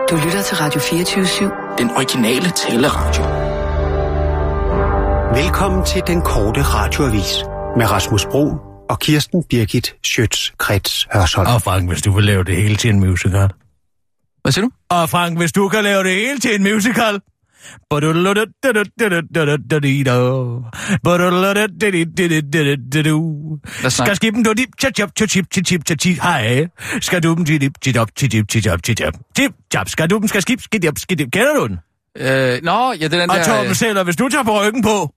Du lytter til Radio 24/7. Den originale taleradio. Velkommen til den korte radioavis med Rasmus Bro og Kirsten Birgit Schøtz-Krets Hørsholm. Og Frank, hvis du vil lave det hele til en musical. Hvad siger du? Og Frank, hvis du kan lave det hele til en musical. Skal skiben du dip chap chip chip chip hej. Skal du dem dip chip chip chip skal du dem skal skib skidip skidip. Kender du den? Nå, ja, det er den og der... Og Torben Seller, hvis du tager på ryggen på.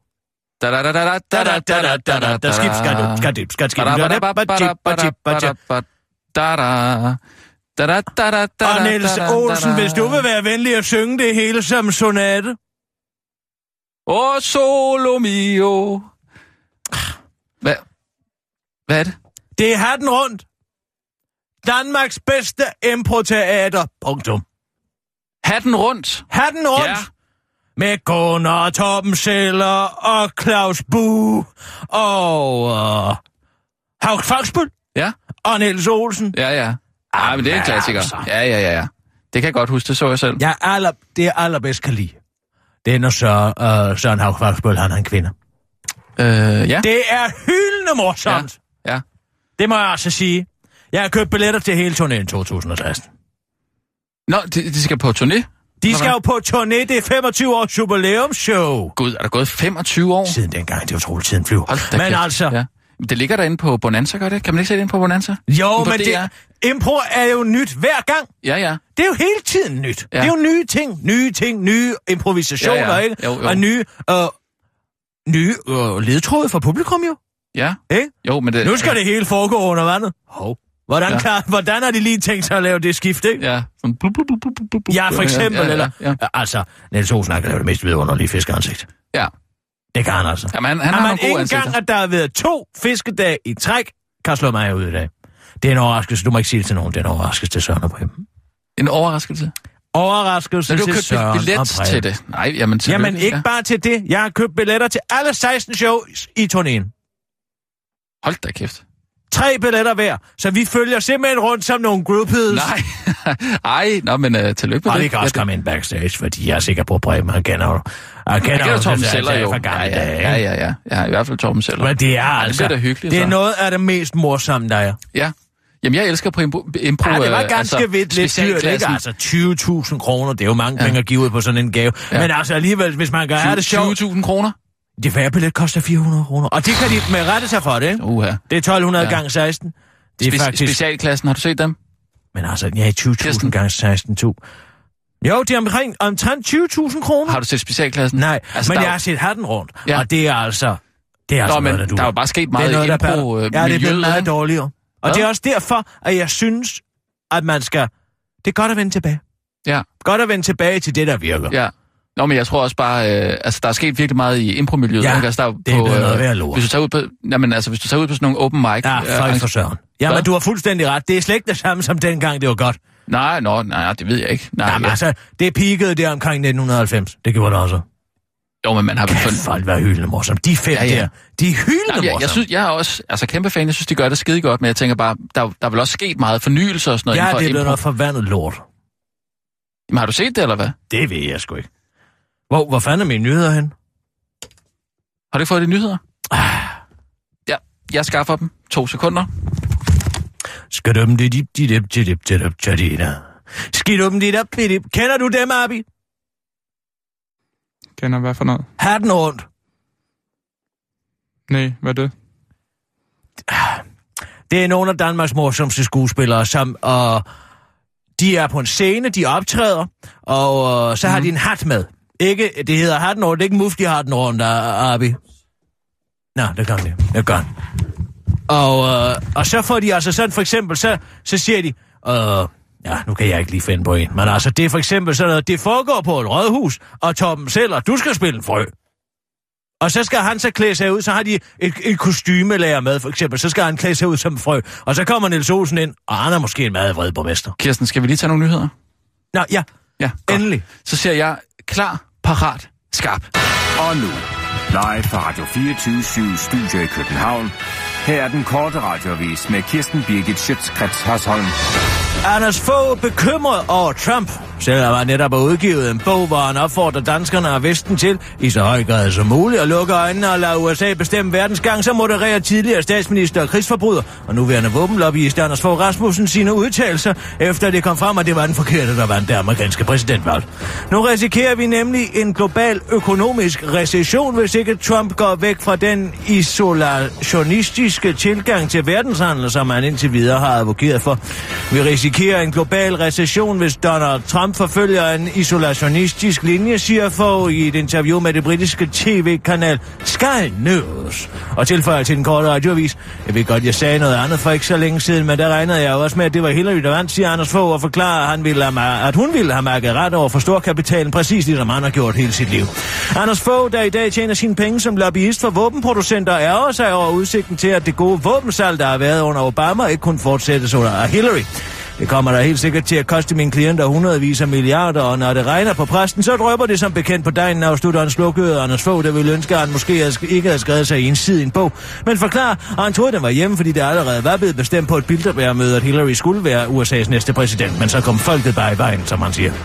Der skib skal dip skal skib. Og Niels Olsen, hvis du vil være venlig at synge det hele som sonate. Åh, solo mio. Hvad er det? Det er Hatten Rundt. Danmarks bedste improteater. Punktum. Hatten Rundt? Hatten Rundt. Ja. Med Gunnar, Torben Seller og Claus Bue og Hauk Fagsbøl. Ja. Og Niels Olsen. Ja. Ej, men det er en klassiker. Altså. Ja. Det kan jeg godt huske, det så jeg selv. Ja, det er allerbedst kan lide. Det er når Søren Hauk Fagsbøl, han er en kvinde. Ja. Det er hyldende morsomt. Ja. Det må jeg altså sige. Jeg har købt billetter til hele turnéen 2016. Nå, de skal på turné? De skal jo på turné, det er 25 års jubilæumsshow. Gud, er der gået 25 år? Siden dengang, det er utroligt, tiden flyver. Men altså... Ja. Det ligger derinde på Bonanza, gør det? Kan man ikke se det inde på Bonanza? Jo, men impro er jo nyt hver gang. Ja. Det er jo hele tiden nyt. Ja. Det er jo nye ting, nye improvisationer, ikke? Jo. Og nye ledtråde for publikum, jo. Ja. Ikke? Jo, men det... Nu skal det hele foregå under vandet. Hvordan har de lige tænkt sig at lave det skift, ikke? Ja. Ja, for eksempel, altså, Niels Olsen kan lave det mest vidunderlige fiskeansigt. Ja. Det kan han altså. Jamen, han har nogle gode ansigter. Ikke engang, at der har været 2 fiskedage i træk, kan slå mig ud i dag. Det er en overraskelse. Du må ikke sige det til nogen. Det er en overraskelse til Søren og Preben. En overraskelse? Overraskelse til Søren og Preben. Du har købt billet til det? Nej, jamen ikke bare til det. Jeg har købt billetter til alle 16 shows i turnéen. Hold da kæft. 3 billetter hver, så vi følger simpelthen rundt som nogle groupies. Nej, men tillykke med det. Og vi kan også komme ind backstage, fordi jeg er sikker på, at Preben, han kender Torben Seller jo. Ja, i hvert fald Torben Seller. Men det er altså, det er hyggeligt, det er noget af det mest morsomme, der er. Ja. Jamen, jeg elsker på impro. Ja, det var ganske lidt dyrt, ikke? Altså 20.000 kroner, det er jo mange penge at give ud på sådan en gave. Ja. Men altså alligevel, hvis man kan have det sjovt... 20.000 kroner? Det færre billet koster 400 kroner. Og det kan de med rette sig for det, ikke? Det er 1200 gange 16. Det er faktisk... Specialklassen, har du set dem? Men altså, 20.000 gange 16, 2. Jo, det er omtrent 20.000 kroner. Har du set specialklassen? Nej, altså, men jeg har set Hatten Rundt. Ja. Og det er altså... Det er altså noget, der er jo bare sket meget i impro-miljøet. Ja, det er blevet meget dårligere. Og det er også derfor, at jeg synes, at man skal... Det er godt at vende tilbage. Ja. Godt at vende tilbage til det, der virker. Ja. Nå, men jeg tror også bare, der er sket virkelig meget i impromiljøet. Ja, altså, der det er blevet noget værd lort. Hvis du tager ud på sådan nogle open mic... Ja, for søren. Ja, men du har fuldstændig ret. Det er slet ikke det samme som dengang, det var godt. Nej, det ved jeg ikke. Jamen altså, det peakede der omkring 1990. Det gjorde det også. Jo, men man har... Kan folk være hyldende morsomme. De 5 der, de er hyldende morsomme. Jeg er også kæmpe fan. Jeg synes, de gør det skide godt, men jeg tænker bare, der er vel også sket meget fornyelse og sådan noget. Ja, det er blevet noget forvandet lort. Jamen, har du set det, eller hvad? Det ved jeg sgu ikke. Hvor fanden er mine nyheder hen? Har du ikke fået de nyheder? Ja, jeg skaffer dem. 2 sekunder. Kender du dem, Abi? Kender hvad for noget? Hatten Rundt. Nej, hvad er det? Det er nogle af Danmarks morsomste skuespillere, som... de er på en scene, de optræder, og så har de en hat med. Ikke, det hedder Hatten Rundt, det er ikke Mufti Hatten Rundt, Abi. Nå, det kan det. Det gør. Og så får de altså sådan, for eksempel, så siger de, nu kan jeg ikke lige finde på en, men altså, det er for eksempel sådan noget, det foregår på et rådhus, og Torben Seller, du skal spille en frø. Og så skal han så klæde sig ud, så har de et kostymelærer med, for eksempel, så skal han klæde sig ud som frø. Og så kommer Niels Olsen ind, og han er måske en meget vred borgmester. Kirsten, skal vi lige tage nogle nyheder? Nå, ja. Ja, endelig. Så siger jeg, klar, parat, skarp. Og nu, live fra Radio 24/7 Studio i København. Her er den korte radioavis med Kirsten Birgit Schøtz-Krets Hørsholm. Anders Fogh bekymret over Trump. Selvom han netop har udgivet en bog, hvor han opfordrer danskerne og Vesten til, i så høj grad som muligt, at lukke øjnene og lade USA bestemme verdens gang, så modererer tidligere statsminister og krigsforbryder og nuværende våbenlobbyist Anders Fogh Rasmussen sine udtalelser, efter det kom frem, at det var den forkerte, der vandt det amerikanske præsidentvalg. Nu risikerer vi nemlig en global økonomisk recession, hvis ikke Trump går væk fra den isolationistiske tilgang til verdenshandel, som han indtil videre har advokeret for. Vi risikerer en global recession, hvis Donald Trump forfølger en isolationistisk linje, siger Fogh i et interview med det britiske tv-kanal Sky News. Og tilføjer til den korte radioavis: Jeg ved godt, jeg sagde noget andet for ikke så længe siden, men der regnede jeg også med, at det var Hillary, der vandt, siger Anders Fogh, og forklarer, at hun ville have mærket ret over for storkapitalen, præcis ligesom han har gjort hele sit liv. Anders Fogh, der i dag tjener sine penge som lobbyist for våbenproducenter, ærger sig over udsigten til, at det gode våbensalg, der har været under Obama, ikke kunne fortsættes under Hillary. Det kommer der helt sikkert til at koste mine klienter hundredvis af milliarder, og når det regner på præsten, så drøber det som bekendt på dejen, afslutter en slukket Anders Fogh, der ville ønske, at han måske ikke havde skrevet sig i en side i en bog. Men forklar, og han troede, den var hjemme, fordi det allerede var blevet bestemt på et Bilderberg-møde, at Hillary skulle være USA's næste præsident, men så kom folket bare i vejen, som han siger.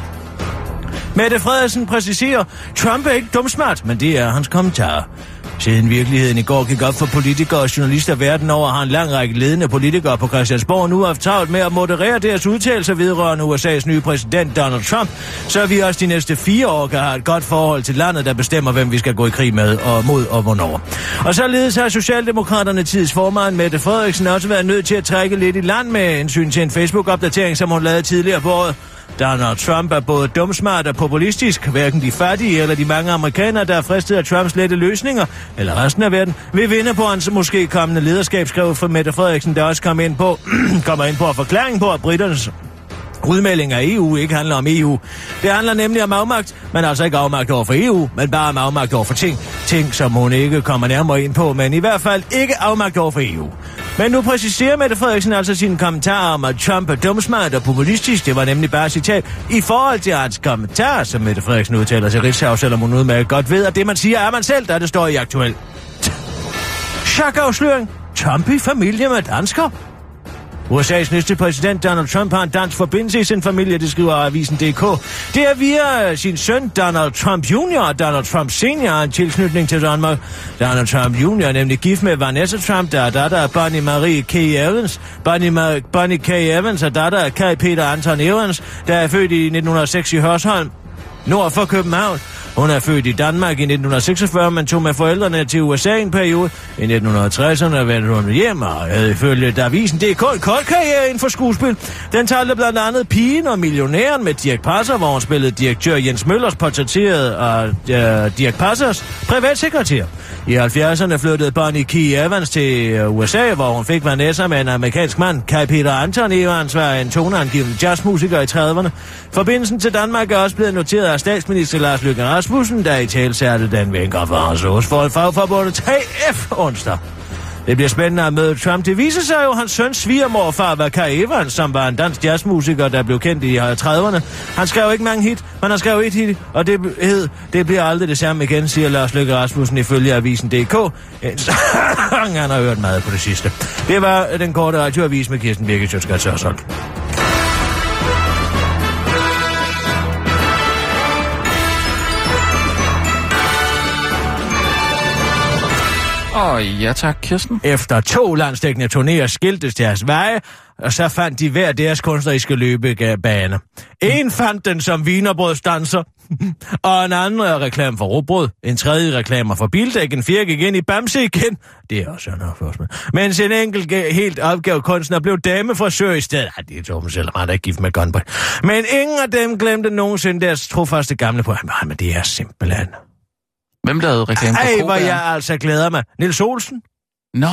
Mette Frederiksen præciserer, Trump er ikke dumsmart, men det er hans kommentar. Siden virkeligheden i går gik op for politikere og journalister verden over, har en lang række ledende politikere på Christiansborg nu haft travlt med at moderere deres udtalelser vedrørende USA's nye præsident Donald Trump, så vi også de næste 4 år kan have et godt forhold til landet, der bestemmer, hvem vi skal gå i krig med og mod og hvornår. Og således har Socialdemokraterne tidsformand Mette Frederiksen også været nødt til at trække lidt i land med hensyn til en Facebook-opdatering, som hun lavede tidligere på året. Donald Trump er både dumsmart og populistisk. Hverken de fattige eller de mange amerikanere, der er fristet af Trumps lette løsninger, eller resten af verden, vil vinde på hans måske kommende lederskab, skrev for Mette Frederiksen, der også kommer ind på forklaringen på, at britternes udmelding af EU ikke handler om EU. Det handler nemlig om afmagt, men altså ikke afmagt over for EU, men bare om afmagt over for ting, som hun ikke kommer nærmere ind på, men i hvert fald ikke afmagt over for EU. Men nu præciserer Mette Frederiksen altså sine kommentarer om, at Trump er dumsmart og populistisk. Det var nemlig bare citat i forhold til hans kommentarer, som Mette Frederiksen udtaler til Ritzau, selvom hun udmærket godt ved, at det man siger er man selv, der det står i Aktuelt. Chakafsløring. Trump i familie med dansker. USA's næste præsident Donald Trump har en dansk forbindelse i sin familie, det skriver avisen.dk. Det er via sin søn Donald Trump Jr. og Donald Trump Sr. en tilknytning til Danmark. Donald Trump Jr. er nemlig gift med Vanessa Trump, der er datter af Bonnie Marie K. Evans. Bonnie K. Evans er datter af Kai Peter Anton Evans, der er født i 1906 i Hørsholm, nord for København. Hun er født i Danmark i 1946, men tog med forældrene til USA en periode. I 1960'erne vendte hun hjem og havde ifølge avisen.dk en kold karriere inden for skuespil. Den talte blandt andet Pigen og Millionæren med Dirch Passer, hvor hun spillede direktør Jens Møllers portrætteret og Dirch Passers privatsekretær. I 70'erne flyttede Bonnie K. Evans til USA, hvor hun fik Vanessa med en amerikansk mand. Kai Peter Anton Evans var en toneangivende jazzmusiker i 30'erne. Forbindelsen til Danmark er også blevet noteret af statsminister Lars Løkke Rasmussen, der i talsærte den vinkerfarse hos fagforbundet 3F onsdag. Det bliver spændende at møde Trump. Det viser sig jo, at hans søns svigermorfar var Kai Evans, som var en dansk jazzmusiker, der blev kendt i 30'erne. Han skrev ikke mange hit, men han skrev et hit, og det bliver aldrig det samme igen, siger Lars Løkke Rasmussen ifølge avisen.dk. Han har hørt meget på det sidste. Det var den korte radioavis med Kirsten Birgit Sjøtskrets Hørsholm. Ja tak, Kirsten. Efter 2 landsdækkende turnéer skiltes deres veje, og så fandt de hver deres kunstneriske løbebane. En fandt den som wienerbrødsdanser, og en anden reklame for rugbrød, en tredje reklamer for bildæk, en fjerde gik ind i Bamse igen. Det er også noget for os med. Mens en enkelt helt opgav kunstner blev damefrisør i stedet. Det er Torben selv, han er ikke gift med Gunboy. Men ingen af dem glemte nogensinde deres trofaste gamle på. Men det er simpelthen... Hvem lavede reklame for hvor jeg altså glæder mig. Niels Olsen. Nå.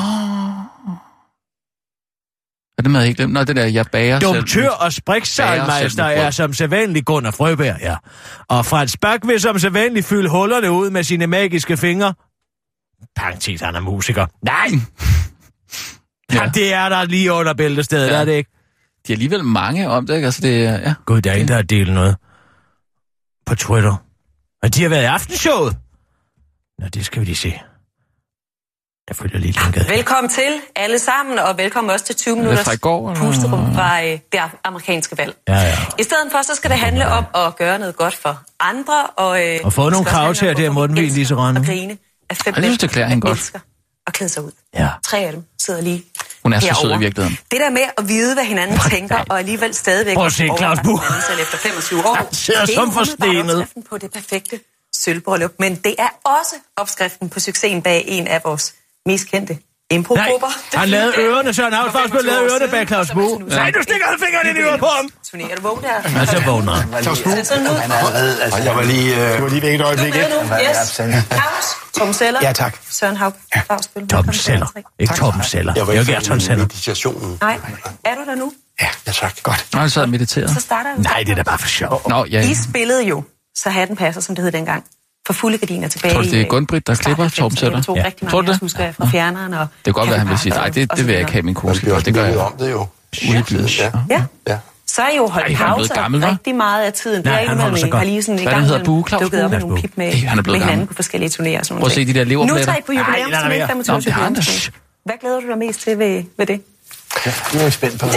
Og det havde jeg ikke glemt. Nå, det der, jeg bager selv. Domtør og spriksejlmeister er som sædvanlig Gunnar Frøberg, ja. Og Frans Bak vil som sædvanlig fylde hullerne ud med sine magiske fingre. Parentes, han er musiker. Nej! Ja, det er der lige under bæltestedet, er det ikke? De er alligevel mange om det, ikke? Altså, det er... Ja. Gud, der er en, der har delt noget på Twitter. Og de har været i aftenshowet. Nå, det skal vi lige se. Jeg følger lige linket. Velkommen til alle sammen, og velkommen også til 20 minutters pusterum fra det amerikanske valg. Ja. I stedet for, så skal det handle om at gøre noget godt for andre. Og få nogle krav til, at det er mundvin, Lise Rønne. Og grine af 5 Jeg synes, det klæder hende godt. Elsker at klæde sig ud. Ja. 3 af dem sidder lige Hun er så herovre. sød i virkeligheden. Det der med at vide, hvad hinanden tænker, og alligevel stadigvæk Prøv at se Claus Buch. selv efter 25 år. Han sidder som forstenet. Opskriften på det perfekte sølvbryllup, men det er også opskriften på succesen bag en af vores mest kendte improgrupper. Han lavede ørerne, Søren Hausgaard lavede ørerne bag Claus Buch. Nej, du stikker fingeren ind i øret på ham. Turnéer, du vågen der? Ja, så vågner han. Claus Buch? Jeg var lige væk et øjeblik. Yes. Claus, Torben Seller. Ja, tak. Søren Haug. Torben Seller. Ikke Torben Seller. Jeg vil ikke Gerton Seller. Meditationen. Nej, er du der nu? Ja, tak. Godt. Nå, jeg sad og mediterede. Så starter vi. Nej, det er da bare for sjov. Nå, ja. I spillede jo, så hatten passer, som det hed dengang. For fulde gardiner tilbage. Tror du, det er Gunn-Britt, der klipper Torben Seller? Ja. Rigtig Tror mange, du det? husker jeg fra fjerneren. Og Det kan godt være, han vil sige, nej, det vil jeg ikke have min kone. Det gør jeg om det jo. Ja. Så er jo holdt pause rigtig meget af tiden. Det er ikke noget med, har lige sådan en gang dukket op med nogle pip med hinanden på forskellige turnéer og sådan noget. Prøv at se de der leverpletter. Nu tager I på jubilæum, som er 25 år jubilæum. Hvad glæder du dig mest til ved det? Ja, nu er jeg spændt på det.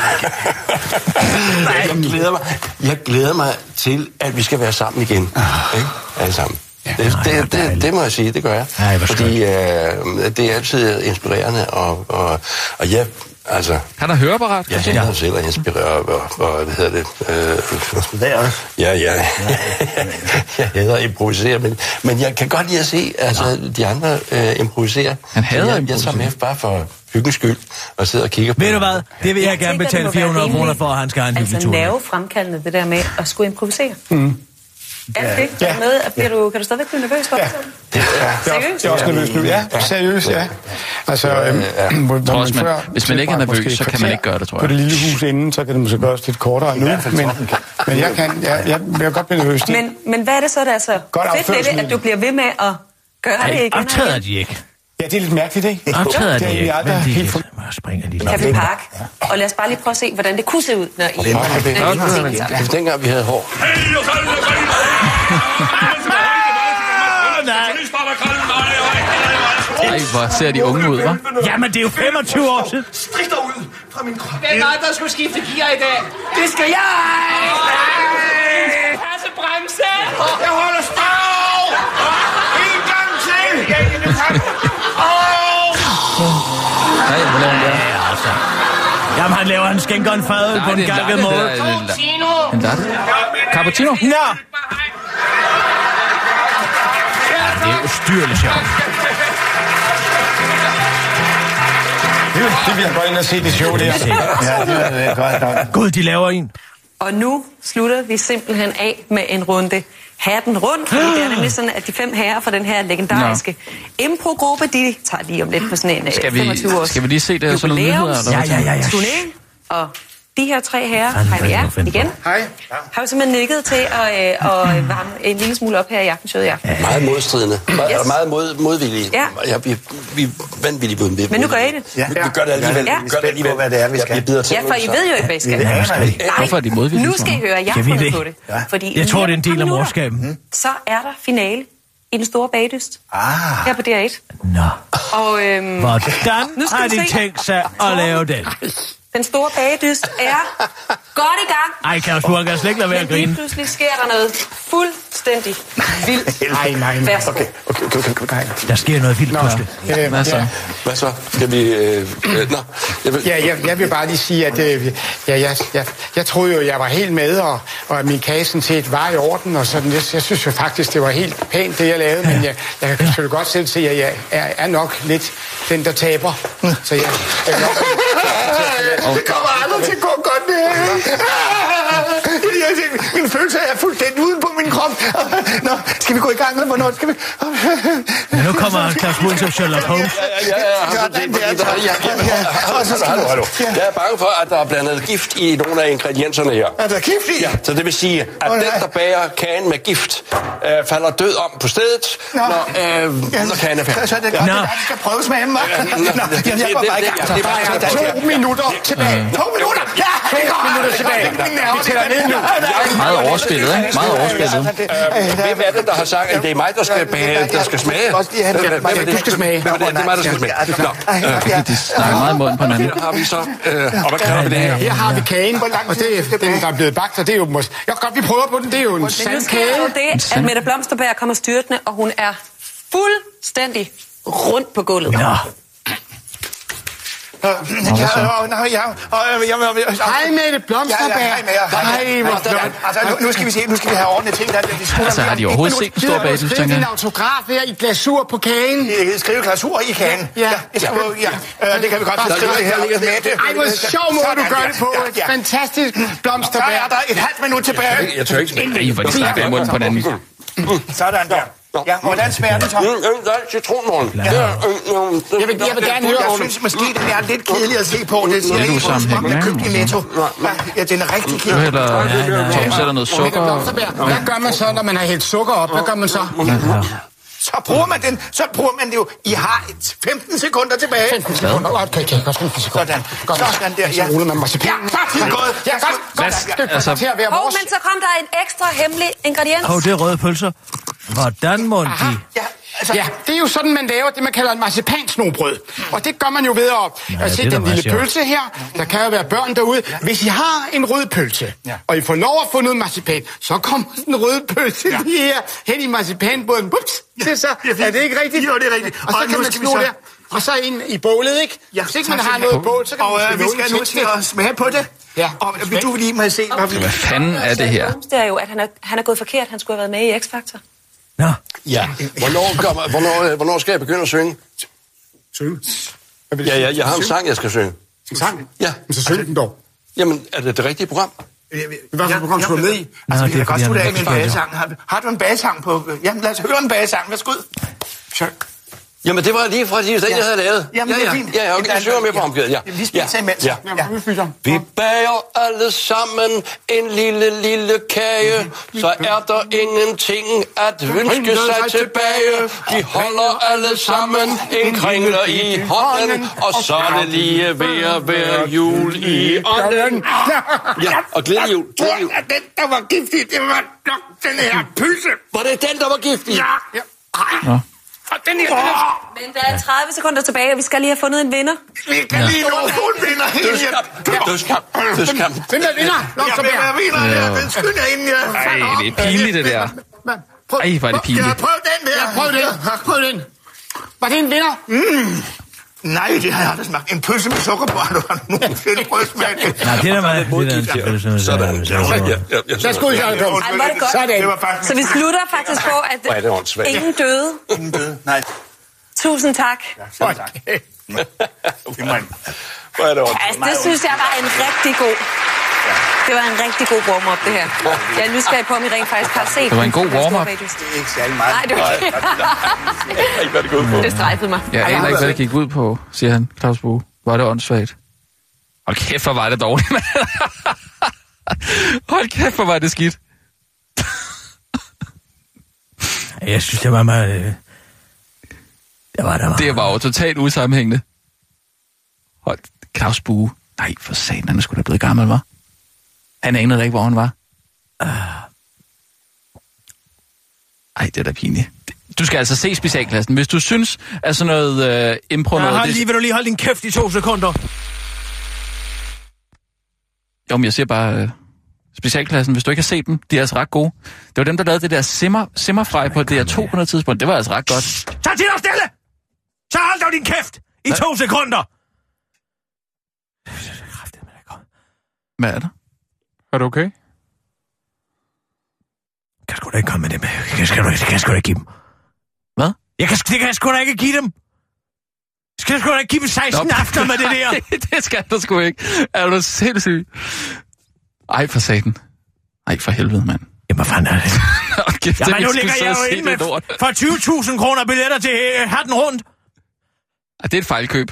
Jeg glæder mig til, at vi skal være sammen igen. Ikke? Alle sammen. Det må jeg sige, det gør jeg. Fordi det er altid inspirerende, og ja, altså... Han er høreapparat. Jeg er selv at inspirere, og hvad hedder det? Det er også. Ja. Jeg hader at improvisere, men jeg kan godt lide at se, altså, de andre improvisere. Han hader at improvisere. Jeg tager med bare for hyggens skyld, og sidder og kigger på... Ved du hvad? Det vil jeg gerne betale 400 kroner for, at han skal have en hyggelig tur. Altså nervefremkaldende, det der med at skulle improvisere. Er det ikke? Kan du stadigvæk blive nervøs for det? Seriøst? Jeg er også nervøs nu. Ja, seriøst, ja. Altså, hvis man ikke er nervøs, så kan man ikke gøre det, tror jeg. På det lille hus inden, så kan det måske gøres lidt kortere nu. Men jeg vil godt blive nervøs. Men hvad er det så, der er så fedt ved det, at du bliver ved med at gøre det igen? Optræder de ikke? Ja, det er lidt mærkeligt, ikke? Optræder de ikke? Café Park. Og lad os bare lige prøve at se, hvordan det kunne se ud, når I... Dengang vi havde hår. Ej, hvor ser de unge ud, hva'? Jamen, det er jo 25 år siden. Strik dig ud fra min krop. Det er dig, der skulle skifte gear i dag. Det skal jeg! Passe bremse! Jeg holder stav! En gang til! Nej, hvor laver han der? Jamen, han laver en skænker en fadøl på en gakket måde. En latte? Cappuccino? Ja! Det er ustyrligt sjovt. Det vil jeg gå ind og se det show der. Ja, det er godt. Gud, de laver en. Og nu slutter vi simpelthen af med en runde hatten rundt, fordi det er nemlig sådan, at de 5 herrer fra den her legendariske improgruppe, de tager lige om lidt på sådan en 25 års Skal vi lige se det sådan nogle nyheder? Ja. Turné, og de her 3 herrer, hej med jer igen, har jo simpelthen nikket til at varme en lille smule op her i aftenshowet i aften. Meget modstridende. Meget modvillige. Ja. Vi er vanvittigt på den. Men nu gør I det. Vi gør det alligevel. Ja. Vi gør det alligevel, hvad det er, vi skal. Ja, for I ved jo ikke, hvad I skal. Nej, hvorfor er de modvillige? nu skal I høre, jeg har fundet på det. Fordi jeg tror, det er en del af morskaben. Så er der finale i den store bagdyst. Her på DR1. Nå. Og hvordan har de tænkt sig at lave den? Den store bagedyst er godt i gang. Ej, Claus Buch, kan slet ikke lade være at grine. Men lige pludselig sker der noget fuldstændig vildt. Nej. Værsgo. Okay. Der sker noget vildt pludselig. Hvad så? Skal vi... Jeg vil bare lige sige, at jeg troede jo, jeg var helt med, og at min kage sådan set var i orden, og sådan. Jeg synes jo faktisk, det var helt pænt, det jeg lavede, men jeg kan selvfølgelig godt selv se, at jeg er nok lidt den, der taber. Så jeg det kommer aldrig til at gå godt, det her. Min følelse er fuldstændig uden på min krop. Nå, skal vi gå i gang, eller hvornår skal vi? Men nu kommer Claus Buch som Sherlock Holmes. Hallo. Jeg er bange for, at der er blandet gift i nogle af ingredienserne her. Er der gift i? Ja, så det vil sige, at den, der bager kagen med gift, falder død om på stedet, når kagen er færdig. Så er det godt, at skal prøve smagen, hva'? Jeg går bare i gang. 2 minutter tilbage. 2 minutter! Ja, 2 minutter tilbage. Vi tæller ned nu. Meget overspillet, ikke? Meget overspillet. Hvem er det, der har sagt, at det er mig, der skal smage? Du skal smage. Det er mig, der skal smage. De snakker meget i munden på hinanden. Her har vi så... Og hvad kalder vi det her? Her har vi kagen, og det er den, der er blevet bagt, og det er jo måske... Jeg kan godt, vi prøver på den, det er jo en sandkage. Men nu sker det, at Mette Blomsterberg kommer styrtende, og hun er fuldstændig rundt på gulvet. Ja. Hej Mette Blomsterberg. Hej, altså, nu skal vi se, nu skal vi have ordentligt ting. Altså, har de overhovedet set den store basis, tænker jeg? En autograf her i glasur på kagen. Skrive glasur i kagen? Ja. Det kan vi godt skrive det her. Ej, hvor sjov måde du gør det på. Fantastisk Blomsterberg. Så er der et halvt minut tilbage. Jeg tør ikke smage. Ej, hvor de snakker i munden på hinanden. Sådan der. Ja, hvordan smager den så? Der er citronmål. Jeg vil gerne høre, jeg synes måske, den er lidt kedelig at se på. Det siger ikke, hvor man har købt i Netto. Ja, den er rigtig kedelig. Du hælder, Tom sætter noget sukker. Hvad gør man så, når man har hældt sukker op? Hvad gør man så? Så bruger man den, det jo. I har 15 sekunder tilbage. 15 sekunder? Okay, godt 15 sekunder. Sådan der, ja. Så ruller man marcipan. Ja, så er tiden gået. Ja, Altså, men så kom der en ekstra hemmelig ingrediens. Det er røde pølser. Hvordan må de? Ja, det er jo sådan, man laver det, man kalder en marcipansnobrød. Og det gør man jo ved at se den lille pølse her. Der kan jo være børn derude. Hvis I har en rød pølse, og I får lov at få noget marcipan, så kommer den røde pølse lige her hen i marcipanbåden. Bups! Så er det ikke rigtigt? Jo, det er rigtigt. Og så kan man slå der. Og så ind i bålet, ikke? Ja, hvis ikke man har noget bål, så kan man vi skal nu til at smage på det. Ja. Og vil du lige må se, hvad fanden er det her? Det er jo, at han er gået forkert. Han skulle have været med i X-Factor. Nå. Ja. Hvornår skal jeg begynde at synge? Synge? Ja, jeg har en sang, jeg skal synge. En sang? Ja. Men så syng den dog. Jamen, er det rigtige program? Hvad for et program skulle du med i? Altså, vi kan godt slutte af med en bagesang. Har du en bagesang på... Jamen, lad os høre en bagesang. Værsgo. Sure. Jamen, det var lige fra de jeg havde lavet. Jamen, det er fint. Ja, okay, jeg synger med på omkvædet, ja. Vi spiser imens. Ja. Vi bager alle sammen en lille kage, så er der ingenting at ønske sig tilbage. Vi holder alle sammen en kringle i hånden, og så er det lige ved at være jul i ånden. Ja, og glædelig jul. Den, der var giftig, det var nok den her pølse. Var det den, der var giftig? Ja. Og den her, men der er 30 sekunder tilbage, og vi skal lige have fundet en vinder. Vi kan lige nå en vinder. Dødskamp. Hvem er vinder? Den skynder ind, ja. Ej, det er pinligt, det der. Ej, hvor er det pinligt. Ja, prøv den der. Prøv den. Var det en vinder? Nej, det har jeg aldrig smagt. En pølse med sukker på, du har nogen prøvesmag. Nej, det er meget. Sådan. Lad os gå i gang. Så vi slutter faktisk på, at ingen døde. Ingen døde, nej. Tusind tak. Ja, tak. Det synes jeg var en rigtig god... Det var en rigtig god warm-up, det her. Jeg er nysgerrig på, om I rent faktisk har set. Det var en god warm-up. Det er ikke særlig meget. Nej, det var ikke. Det strejfede mig. Jeg aner ikke, hvad det gik ud på, siger han, Claus Bue. Var det åndssvagt? Hold kæft, hvor var det dårligt, mand. Hold kæft, hvor var det skidt. Jeg synes, det var meget... Det var jo totalt usammenhængende. Hold, Claus Bue. Nej, for satan, han er sgu da blevet gammel, hva'? Han anede da ikke, hvor han var. Ej, det er da pinligt. Du skal altså se specialklassen. Hvis du synes, at sådan noget impro... Vil du lige holde din kæft i 2 sekunder? Jo, men jeg siger bare... specialklassen, hvis du ikke har set dem, de er altså ret gode. Det var dem, der lavede det der simmerfrej på DR2 på noget tidspunkt. Det var altså ret godt. Så til dig stille! Så hold dog din kæft i 2 sekunder! Hvad er det? Er du okay? Kan sgu da ikke komme med det med. Det kan jeg sgu da ikke give dem. Hvad? Det kan jeg sgu da ikke give dem. Skal jeg sgu da ikke give dem 16 aftener med det der? Det skal du sgu ikke. Er du sindssyg? Ej, for satan. Ej, for helvede, mand. Jamen, hvad fanden er det? Okay, jamen, nu ligger jeg jo inde med for 20.000 kroner billetter til hatten rundt. Det er et fejlkøb.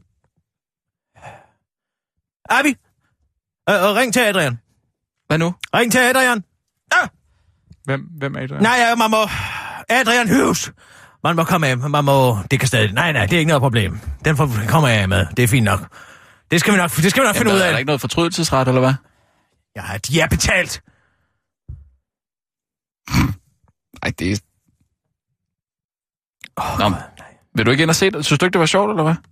Abi, ring til Adrian. Hvad nu? Ring til Adrian. Ja. Hvem er Adrian? Nej, man må... Adrian Hughes. Man må komme af. Man må... Det kan stadig... Nej, det er ikke noget problem. Den kommer jeg med. Det er fint nok. Det skal vi nok finde ud af. Er der ikke noget fortrydelsesret, eller hvad? Ja, de er betalt. Ej, det er... Nå, vil du ikke ind og se det? Synes du ikke, det var sjovt, eller hvad?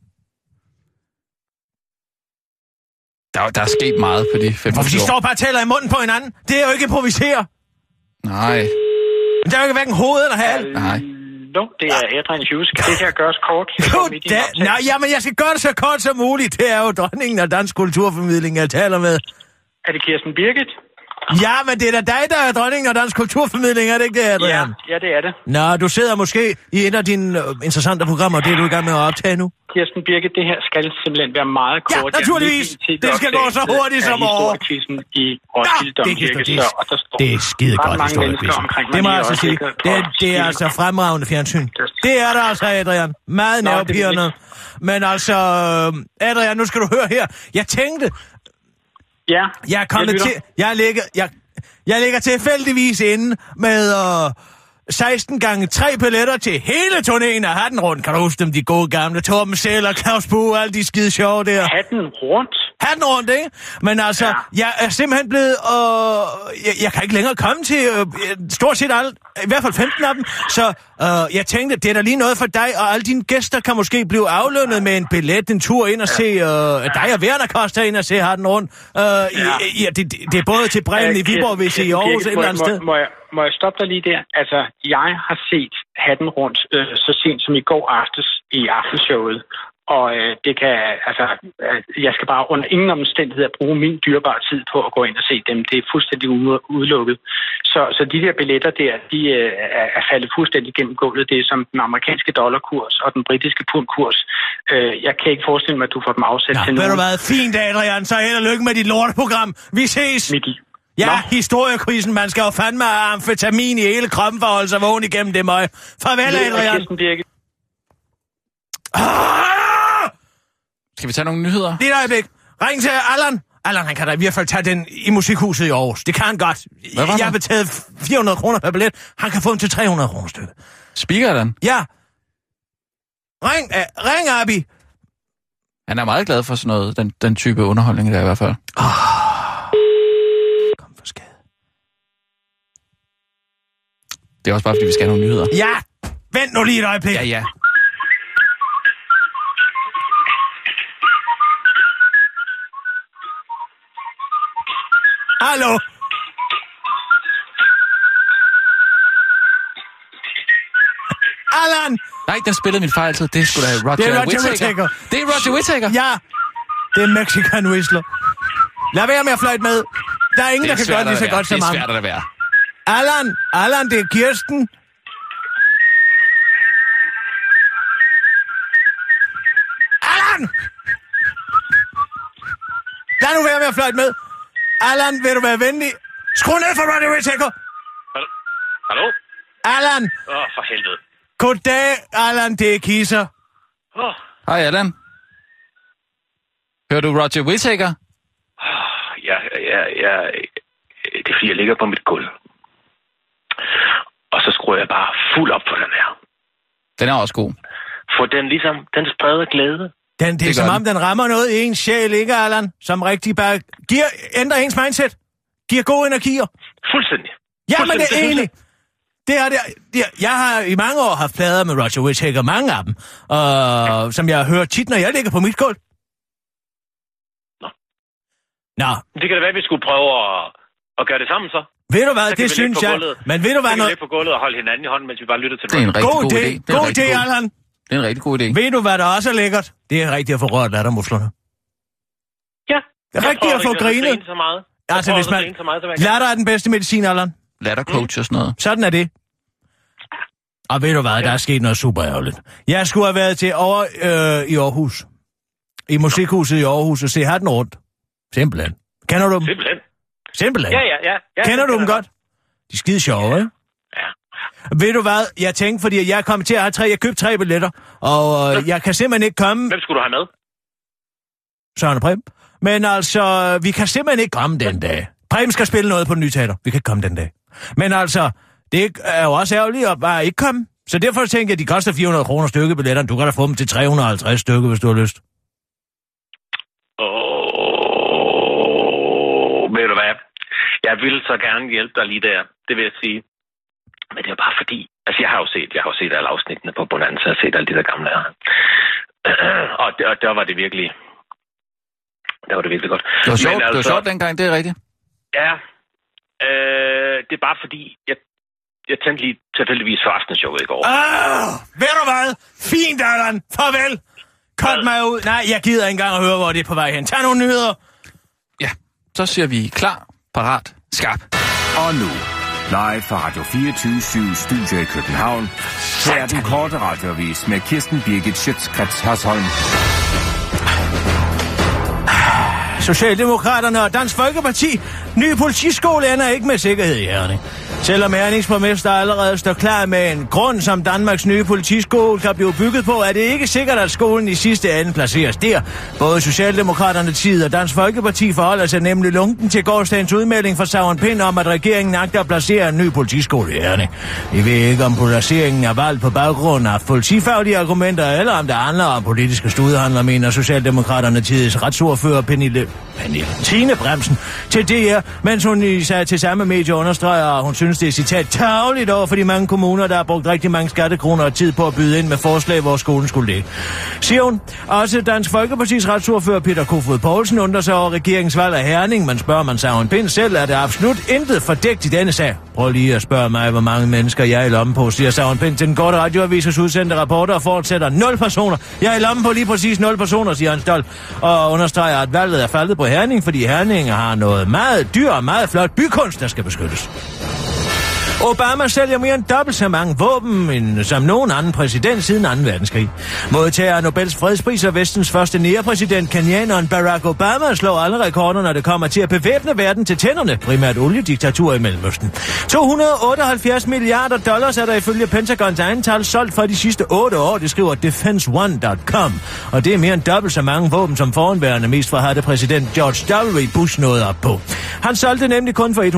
Der er sket meget på de 15 år. Hvorfor de står bare og taler i munden på hinanden? Det er jo ikke improvisere. Nej. Men der er jo ikke hverken hoved eller hal. Nej. Det er Adrian Hughes. Kan det her gøres kort? Nej, jamen jeg skal gøre det så kort som muligt. Det er jo dronningen af dansk kulturformidling, jeg taler med. Er det Kirsten Birgit? Ja, men det er da dig, der er dronningen af dansk kulturformidling, er det ikke det, Adrian? Ja, det er det. Nå, du sidder måske i et af dine interessante programmer, det er du i gang med at optage nu. Kirsten Birgit, det her skal simpelthen være meget kort. Ja, naturligvis. Det skal gå så hurtigt som over. I Roskilde Domkirke, det er skide godt historiequizzen. Det må jeg altså sige. Det er altså fremragende fjernsyn. Det er der altså, Adrian. Meget nervepirrende. Men altså, Adrian, nu skal du høre her. Jeg tænkte... Ja, jeg er kommet til... Jeg ligger tilfældigvis inde med 16 gange 3 billetter til hele turnéen af Hatten Rundt. Kan du huske dem, de gode gamle Torben Sell og Claus Bue, alle de skide sjove der? Hatten Rundt? Hatten Rundt, ikke? Men altså, jeg er simpelthen blevet... jeg kan ikke længere komme til stort set alt, i hvert fald 15 af dem. Så jeg tænkte, det er da lige noget for dig, og alle dine gæster kan måske blive aflønnet med en billet, en tur ind og se... dig og Werner koster ind og se Hatten Rundt. Det er både til Bremen i Viborg, hvis I i Aarhus et eller andet sted. Må jeg stoppe dig lige der? Altså, jeg har set Hatten Rundt så sent som i går aftes i aftenshowet. Og det kan, altså, jeg skal bare under ingen omstændigheder bruge min dyrebare tid på at gå ind og se dem. Det er fuldstændig udelukket. Så de der billetter der, de er faldet fuldstændig gennem gulvet. Det er som den amerikanske dollarkurs og den britiske pundkurs. Jeg kan ikke forestille mig, at du får dem afsat til noget. Ved du hvad? Fint, Adrian. Så held og lykke med dit lorteprogram. Vi ses! Miki. Ja, historiekrisen. Man skal jo fandme have amfetamin i hele kroppen for at holde sig vågen igennem det møg. Farvel, Adrian. Skal vi tage nogle nyheder? Lige et øjeblik. Ring til Allan. Allan, han kan da i hvert fald tage den i musikhuset i Aarhus. Det kan han godt. Jeg har betalt 400 kroner per billet. Han kan få den til 300 kroner stykket. Speaker den? Ja. Ring, Abi. Han er meget glad for sådan noget, den type underholdning der i hvert fald. Kom for skade. Det er også bare, fordi vi skal have nogle nyheder. Ja, vent nu lige et øjeblik. Ja. Hallo? Allan! Nej, den spillede min fejl, så det skulle da Roger Whittaker. Det er Roger Whittaker? Ja, det er Mexican Whistler. Lad være med at fløjte med. Der er ingen, der kan gøre det så godt som ham. Det er svært at være. Allan, det er Kirsten. Allan! Lad nu være med at fløjte med. Allan, vil du være venlig? Skru ned for Radio Whittaker. Hallo? Allan. For helvede. Goddag, Allan, det er Kisser. Hej, Allan. Hører du Roger Whittaker? Ja, det er fordi, jeg ligger på mit gulv. Og så skruer jeg bare fuld op for den her. Den er også god. For den spreder glæde. Det er som om, den rammer noget i ens sjæl, ikke, Allan? Som rigtig bare ændrer ens mindset. Giver gode energier. Fuldstændig. Ja, men det er egentlig... Jeg har i mange år haft plader med Roger Whittaker, mange af dem, som jeg har hørt tit, når jeg ligger på mit gulv. Nå. Det kan da være, at vi skulle prøve at gøre det sammen, så. Ved du hvad, det synes jeg. Men ved du hvad... Så kan vi ligge på gulvet og holde hinanden i hånden, mens vi bare lytter til det. Det er en rigtig god idé. God idé, Allan. Det er en rigtig god idé. Ved du, hvad der også er lækkert? Det er rigtigt at få rørt lattermusklerne. Ja. Det er rigtigt at få grinet. Altså, hvis man... Latter er den bedste medicin, Allan. Lattercoach og sådan noget. Sådan er det. Og ved du hvad, der er sket noget super ærgerligt. Jeg skulle have været til i Aarhus. I musikhuset i Aarhus og se Hatten Rundt. Simpelthen. Kender du dem? Simpelthen? Ja. Kender du dem godt? De er skide sjove, ikke? Ja. Ved du hvad, jeg tænkte, fordi jeg er kommet til at have jeg købte 3 billetter, og jeg kan simpelthen ikke komme... Hvem skulle du have med? Søren og Preben. Men altså, vi kan simpelthen ikke komme den dag. Preben skal spille noget på den nye teater. Vi kan ikke komme den dag. Men altså, det er jo også ærgerligt at bare ikke komme. Så derfor tænker jeg, at de koster 400 kroner stykke billetterne. Du kan da få dem til 350 stykker, hvis du har lyst. Ved du hvad? Jeg vil så gerne hjælpe dig lige der. Det vil jeg sige. Men det er bare fordi... Altså, jeg har jo set alle afsnittene på Bonanza, jeg har set alle de der gamle her. Og der var det virkelig... Der var det virkelig godt. Det var sjovt dengang, det er rigtigt. Ja. Det er bare fordi, jeg tændte lige tilfældigvis for aftenshowet i går. Ved du hvad? Fint, Allan. Farvel. Kort mig ud. Nej, jeg gider ikke engang at høre, hvor det er på vej hen. Tag nogle nyheder. Ja, så siger vi klar, parat, skarp. Og nu, live fra Radio 24/7 Studio i København. Her er den korte radioavis med Kirsten Birgit Schøtz-Krets Hørsholm. Socialdemokraterne og Dansk Folkeparti. Ny politiskole ender ikke med sikkerhed i Herning. Selvom Hernings borgmester allerede står klar med en grund, som Danmarks nye politiskole kan blive bygget på, er det ikke sikkert, at skolen i sidste ende placeres der. Både Socialdemokraterne tid og Dansk Folkeparti forholder sig nemlig lunken til gårsdagens udmelding fra Søren Pind om, at regeringen agter at placere en ny politiskole i Herning. Vi ved ikke, om placeringen er valgt på baggrund af politifaglige argumenter, eller om der handler om politiske studehandler, mener Socialdemokraterne tids retsordfører Tine Bremsen til DR, mens hun til samme medie understreger, at hun synes, det er citat tarveligt over for de mange kommuner, der har brugt rigtig mange skattekroner og tid på at byde ind med forslag, hvor skolen skulle ligge. Siger hun. Også Dansk Folkepartis retsordfører Peter Kofod Poulsen undrer sig over regeringens valg af Herning, men spørger man Søren Pind selv, er det absolut intet fordækt i denne sag. Prøv lige at spørge mig, hvor mange mennesker jeg er i lommen på, siger Søren Pind til den korte radioavises udsendte rapporter og fortsætter 0 personer. Jeg er i lommen på lige præcis 0 personer, siger han stolt, og understreger, at valget er faldet på Herning, fordi Herning har noget meget dyr og meget flot bykunst, der skal beskyttes. Obama sælger mere end dobbelt så mange våben som nogen anden præsident siden 2. verdenskrig. Modtager af Nobels fredspris og vestens første nærepræsident, kenyaneren Barack Obama, slår alle rekorder, når det kommer til at bevæbne verden til tænderne, primært oliediktatur i Mellemøsten. $278 milliarder er der ifølge Pentagons egen tal solgt for de sidste 8 år, det skriver DefenseOne.com. Og det er mere end dobbelt så mange våben, som foranværende mest forhadte præsident George W. Bush nåede op på. Han solgte nemlig kun for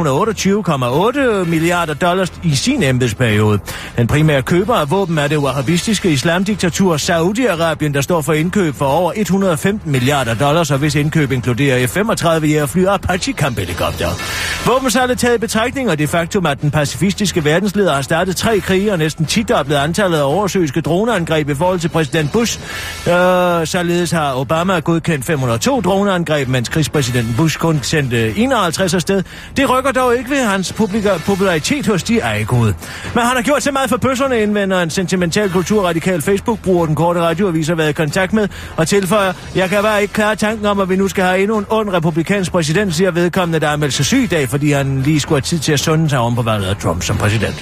$128,8 milliarder i sin embedsperiode. Den primære køber af våben er det wahhabistiske islamdiktatur Saudi-Arabien, der står for indkøb for over $115 milliarder, og hvis indkøb inkluderer F-35 jægerfly og Apache-kamphelikopter. Våbensalget taget i betragtning, og det faktum, at den pacifistiske verdensleder har startet 3 krige og næsten 10-doblet antallet af oversøiske droneangreb i forhold til præsident Bush. Således har Obama godkendt 502 droneangreb, mens krigspræsidenten Bush kun sendte 51 afsted. Det rykker dog ikke ved hans popularitet hos de ejegode. Men han har gjort så meget for bøsserne, indvender en sentimental kulturradikal Facebook-bruger, den korte radioavis har været i kontakt med, og tilføjer, jeg kan bare ikke klare tanken om, at vi nu skal have endnu en ond republikansk præsident, siger vedkommende, der er meldt sig syg i dag, fordi han lige skulle have tid til at sunde sig om på valget af Trump som præsident.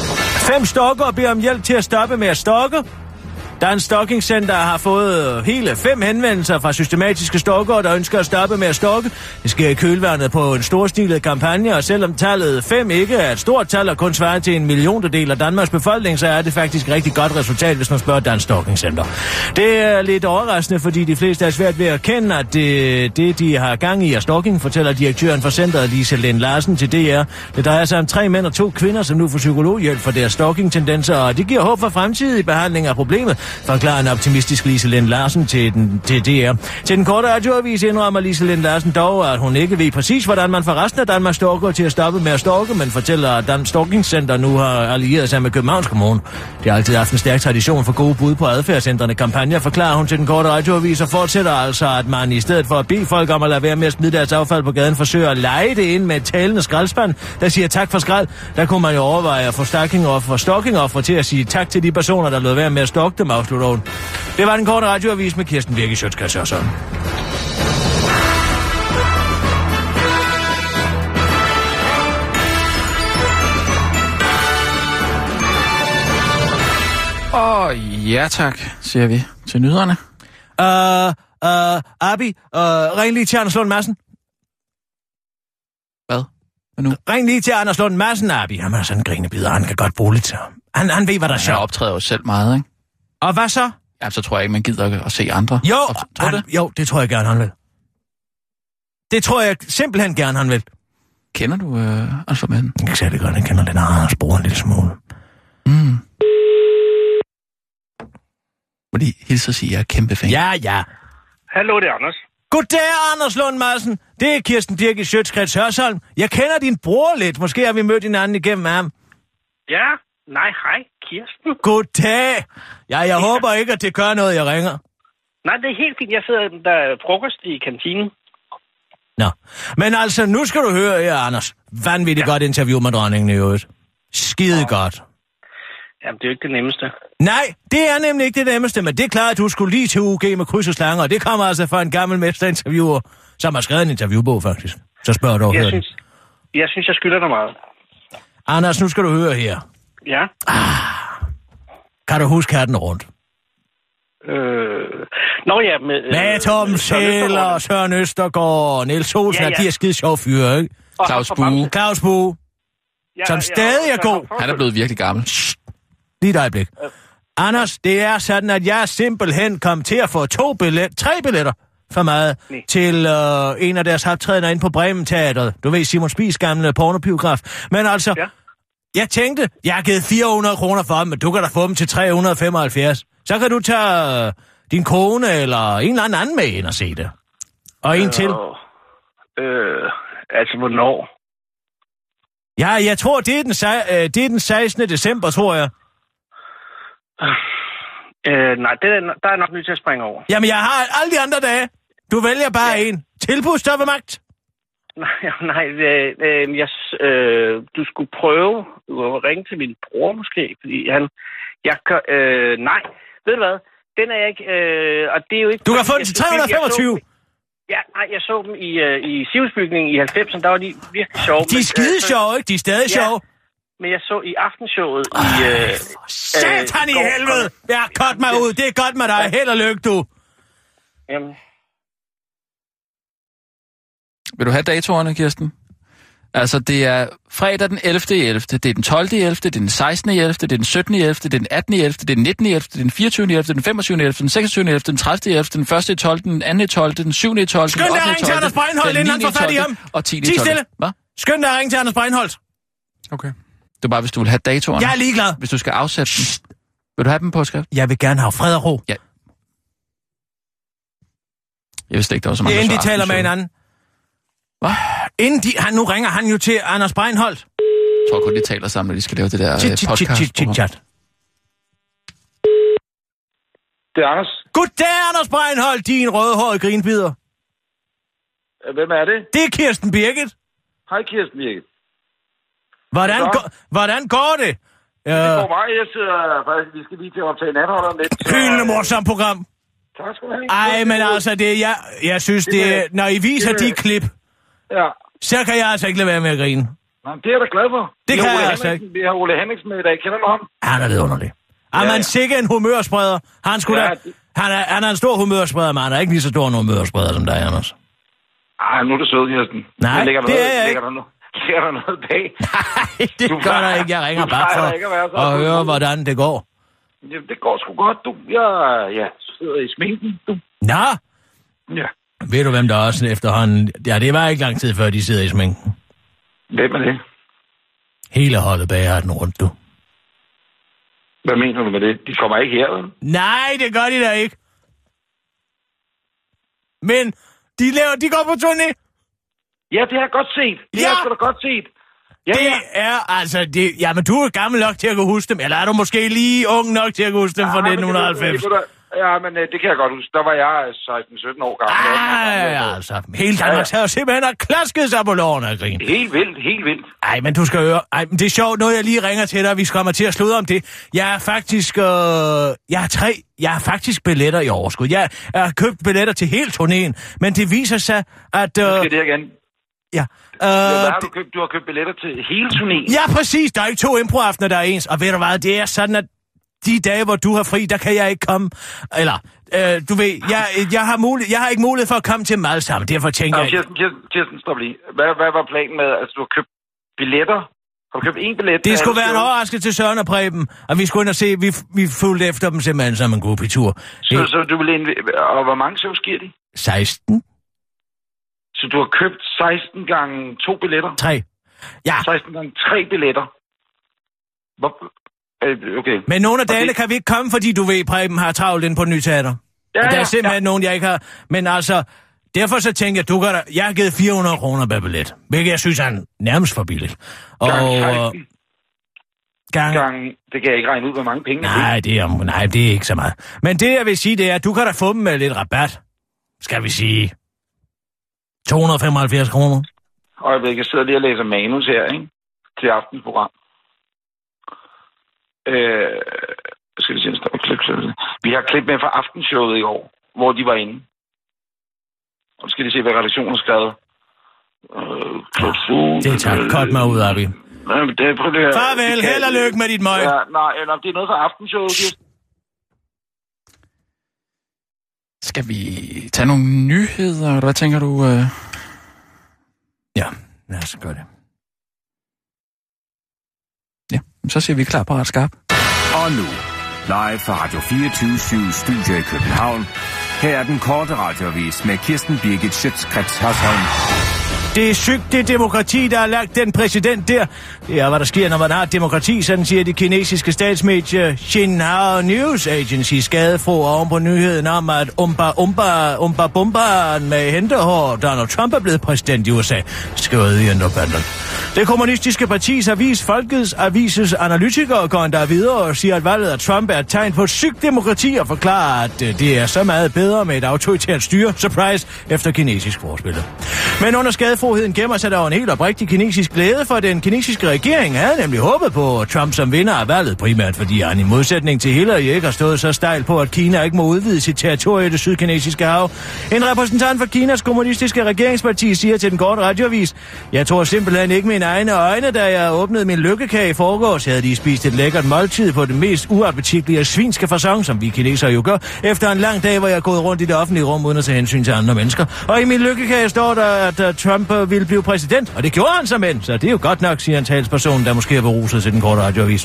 5 stalkere beder om hjælp til at stoppe med at stalke. Dansk Stalking Center har fået hele 5 henvendelser fra systematiske stalkere, der ønsker at stoppe med at stalke. Det sker i kølvandet på en storstilet kampagne, og selvom tallet 5 ikke er et stort tal og kun svarer til 1 milliondedel af Danmarks befolkning, så er det faktisk et rigtig godt resultat, hvis man spørger Dansk Stalking Center. Det er lidt overraskende, fordi de fleste er svært ved at erkende, at det de har gang i er stalking, fortæller direktøren for centret Lise Lind Larsen til DR. Det drejer sig om 3 mænd og 2 kvinder, som nu får psykologhjælp for deres stalking-tendenser, og det giver håb for fremtidig behandling af problemet, forklarer en optimistisk Lise Lind Larsen til DR. Til den korte radioavis indrømmer Lise Lind Larsen dog, at hun ikke ved præcis, hvordan man får resten af Danmarks stalkere til at stoppe med at stalke, men fortæller, at Dansk Stalking Center nu har allieret sig med Københavns Kommune. De har altid haft en stærk tradition for gode bud på adfærdsændrende kampagner, forklarer hun til den korte radioavis, og fortsætter altså, at man i stedet for at bede folk om at lade være med at smide deres affald på gaden, forsøger at lege det ind med et talende skraldspand, der siger tak for skrald. Der kunne man jo overveje at få stalking-offer til at sige tak til de personer, der lod være med at stalke dem, afslutter hun. Det var den korte radioavis med Kirsten Birgit Schøtz-Krets Hørsholm. Ja tak, siger vi til nyderne. Abi, ring lige til Anders Lund Madsen. Hvad nu? Ring lige til Anders Lund Madsen, Abi. Han er sådan en grinebider, han kan godt bruge lidt til ham. Han ved, hvad der er sjovt. Han optræder jo selv meget, ikke? Og hvad så? Ja, så tror jeg ikke, man gider at se andre. Jo, det tror jeg gerne, han vil. Det tror jeg simpelthen gerne, han vil. Kender du Anders Lund Madsen? Ikke særlig godt, jeg kender den Anders bror en lille smule. Må de hilse at sige, at jeg er kæmpe fan. Ja. Hallo, det er Anders. Goddag, Anders Lund Madsen. Det er Kirsten Birgit Schøtz-Krets Hørsholm. Jeg kender din bror lidt. Måske har vi mødt hinanden igennem ham. Ja, nej, hej, Kirsten. Goddag. Ja, jeg håber ikke, at det gør noget, jeg ringer. Nej, det er helt fint. Jeg sidder der er frokost i kantinen. Nå, men altså, nu skal du høre her, Anders. Vanvittigt godt interview med dronningen i øvrigt. Skide godt. Jamen, det er jo ikke det nemmeste. Nej, det er nemlig ikke det nemmeste, men det er klart, at du skulle lige til UG med kryds og slanger, og det kommer altså fra en gammel mesterinterviewer, som har skrevet en interviewbog, faktisk. Så spørger du over jeg synes, jeg skylder dig meget. Anders, nu skal du høre her. Ja? Kan du huske Hatten Rundt? Nå ja, med Tom Sæler, Søren Østergaard, Niels Olsen, de er skide sjove fyre, ikke? Claus Bue. Som stadig er god. Han er blevet virkelig gammel. Lige et øjeblik. Anders, det er sådan, at jeg simpelthen kom til at få 3 billetter for meget til en af deres optrædener inde på Bremen Teatret. Du ved, Simon Spies gamle pornobiograf. Men altså, jeg tænkte, jeg har givet 400 kroner for dem, men du kan da få dem til 375. Så kan du tage din kone eller en eller anden med ind og se det. Og en til. Altså, hvornår? Ja, jeg tror, det er den 16. december, tror jeg. Nej, der er nok nødt til at springe over. Jamen, jeg har alle de andre dage. Du vælger bare en. Tilbud større magt. Nej, du skulle prøve at ringe til min bror måske, fordi nej, ved du hvad? Den er jeg ikke, og det er jo ikke... Du kan få den til 325. Ja, nej, jeg så dem i Sivsbygningen i 90'erne, der var de virkelig sjove. De er skide sjove, ikke? De er stadig sjove. Men jeg så i aftenshowet Satan i helvede! Ja, cut mig ud. Det er godt med dig. Held og lykke, du. Jamen. Vil du have datorerne, Kirsten? Altså, det er fredag den 11. 11. Det er den 12. 11. Det er den 16. 11. Det er den 17. 11. Det er den 18. 11. Det er den 19. 11. Det er den 24. 11. Den 25. 11. Den 26. 11. Den 30. 11. Den 1. 12. Den 2. 12. Den 7. 12. Skynd dig at ringe til Anders Breinholt, inden han får fat i ham. Og 10. 12. Ti stille. Hvad? Skynd dig at ringe til Anders Breinholt. Okay. Det er bare, hvis du vil have datorerne. Jeg er ligeglad. Hvis du skal afsætte dem. Vil du have dem på skrift? Jeg vil gerne have fred og ro. Ja. Jeg vidste ikke, der var så mange, inden de taler med hinanden. Hvad? Nu ringer han jo til Anders Breinholt. Jeg tror kun, de taler sammen, når de skal lave det der podcast. Det er Anders. Goddag, Anders Breinholt, din rødhårede grinbider. Hvem er det? Det er Kirsten Birgit. Hej, Kirsten Birgit. Hvordan går det? Det går mig. Jeg sidder faktisk, vi skal lige til at optage natholderen lidt. Hyldende morsomt program. Tak skal du have. Ej, men altså, jeg synes, når I viser de klip, så kan jeg altså ikke lade være med at grine. Nej, det er jeg da glad for. Det kan jeg altså ikke. Vi har Ole Henriksen med i dag. Kender du ham? Han er vidunderlig. Man sikke en humørspreder. Han er en stor humørspreder, men han er ikke lige så stor en humørspreder som dig, Anders. Ej, nu er det sød, Kirsten. Nej, det er jeg ikke. Ligger der noget bag? Nej, det gør der ikke. Jeg ringer bare for at høre, hvordan det går. Jamen, det går sgu godt, du. Jeg sidder i sminken, du. Nå? Ja. Ved du, hvem der også efterhånden... Ja, det var ikke lang tid før, de sidder i sminken. Hvem er det? Hele holdet bag har den rundt, du. Hvad mener du med det? De kommer ikke her, vel? Nej, det gør de da ikke. Men de går på turné. Ja, det har jeg godt set. Det har jeg sgu da godt set. Ja, det er altså... Jamen, du er gammel nok til at kunne huske dem. Eller er du måske lige ung nok til at kunne huske dem fra 1990? Ja, men det kan jeg godt huske. Der var jeg 16-17 år gammel. Altså. Hele Danmark havde simpelthen klasket sig på lårene af grin. Helt vildt. Ej, men du skal høre. Ej, men det er sjovt, noget jeg lige ringer til dig. Vi kommer til at slutte om det. Jeg har faktisk billetter i overskud. Jeg har købt billetter til hele turnéen. Men det viser sig, at... skal det igen? Ja. Du har købt billetter til hele turnéen? Ja, præcis. Der er ikke 2 improaftener, der er ens. Og ved du hvad, det er sådan, at de dage, hvor du har fri, der kan jeg ikke komme. Eller, du ved, jeg har ikke mulighed for at komme til dem alle sammen. Derfor tænker jeg... Kirsten, stop lige. Hvad var planen med, at du har købt billetter? Har du købt en billet? Det skulle være en overraskelse til Søren og Preben. Og vi skulle ind og se, vi fulgte efter dem simpelthen som en gruppe tur. Så du vil og hvor mange shows giver de? 16. Så du har købt 16 gange 2 billetter? 3. Ja. 16 gange 3 billetter. Okay. Men nogle af dagene kan vi ikke komme, fordi du ved, Preben har travlt inde på Ny Teater. Ja, og der er simpelthen nogen, jeg ikke har... Men altså, derfor så tænker jeg, jeg har givet 400 kroner per billet. Hvilket jeg synes er nærmest for billigt. Og gange, det kan jeg ikke regne ud, hvor mange penge nej, det er ikke så meget. Men det, jeg vil sige, det er, at du kan da få dem med lidt rabat. Skal vi sige 275 kroner. Og jeg sidder lige og læser manus her, ikke? Til aftens program. Skal vi se, vi har klip med fra aftenshowet i år, hvor de var inde. Og skal de se, hvad redaktionen har skrevet. Det tager godt mig ud, Abi. Farvel, held og lykke med dit møg. Ja, nej, det er noget fra aftenshowet. Skal vi tage nogle nyheder, eller hvad tænker du? Ja, lad os gøre det. Ja, så siger vi klar på ret skarp. Og nu, live fra Radio 24/7 Studio i København. Her er den korte radioavis med Kirsten Birgit Schøtz-Krets Hørsholm. Det er sygt, det demokrati, der har lagt den præsident der. Det er, hvad der sker, når man har demokrati, sådan siger det kinesiske statsmedie Xinhua News Agency skadefro oven på nyheden om, at Umba med hentehår Donald Trump er blevet præsident i USA, skriver The Independent. Det kommunistiske partis avis, Folkets Avises analytikere, går endda videre og siger, at valget af Trump er et tegn på et sygt demokrati og forklarer, at det er så meget bedre med et autoritært styre, surprise, efter kinesisk forspillet. Men under skadefroheden gemmer sig der en helt oprigtig kinesisk glæde, for den kinesiske regering havde nemlig håbet på Trump som vinder af valget, primært fordi han i modsætning til Hillary ikke har stået så stejl på, at Kina ikke må udvide sit territorie i det sydkinesiske hav. En repræsentant for Kinas kommunistiske regeringsparti siger til den korte radioavis: "Jeg tror simpelthen ikke mine egne øjne, da jeg åbnede min lykkekage i forgårs. Jeg havde lige spist et lækkert måltid på den mest uappetitlige og svinske facon, som vi kinesere jo gør, efter en lang dag, hvor jeg er gået rundt i det offentlige rum uden at tage hensyn til andre mennesker. Og i min lykkekage står der, at Trump ville blive præsident, og det gjorde han som end, så det er jo godt nok, siger en talsperson, der måske er beruset til den korte radioavis.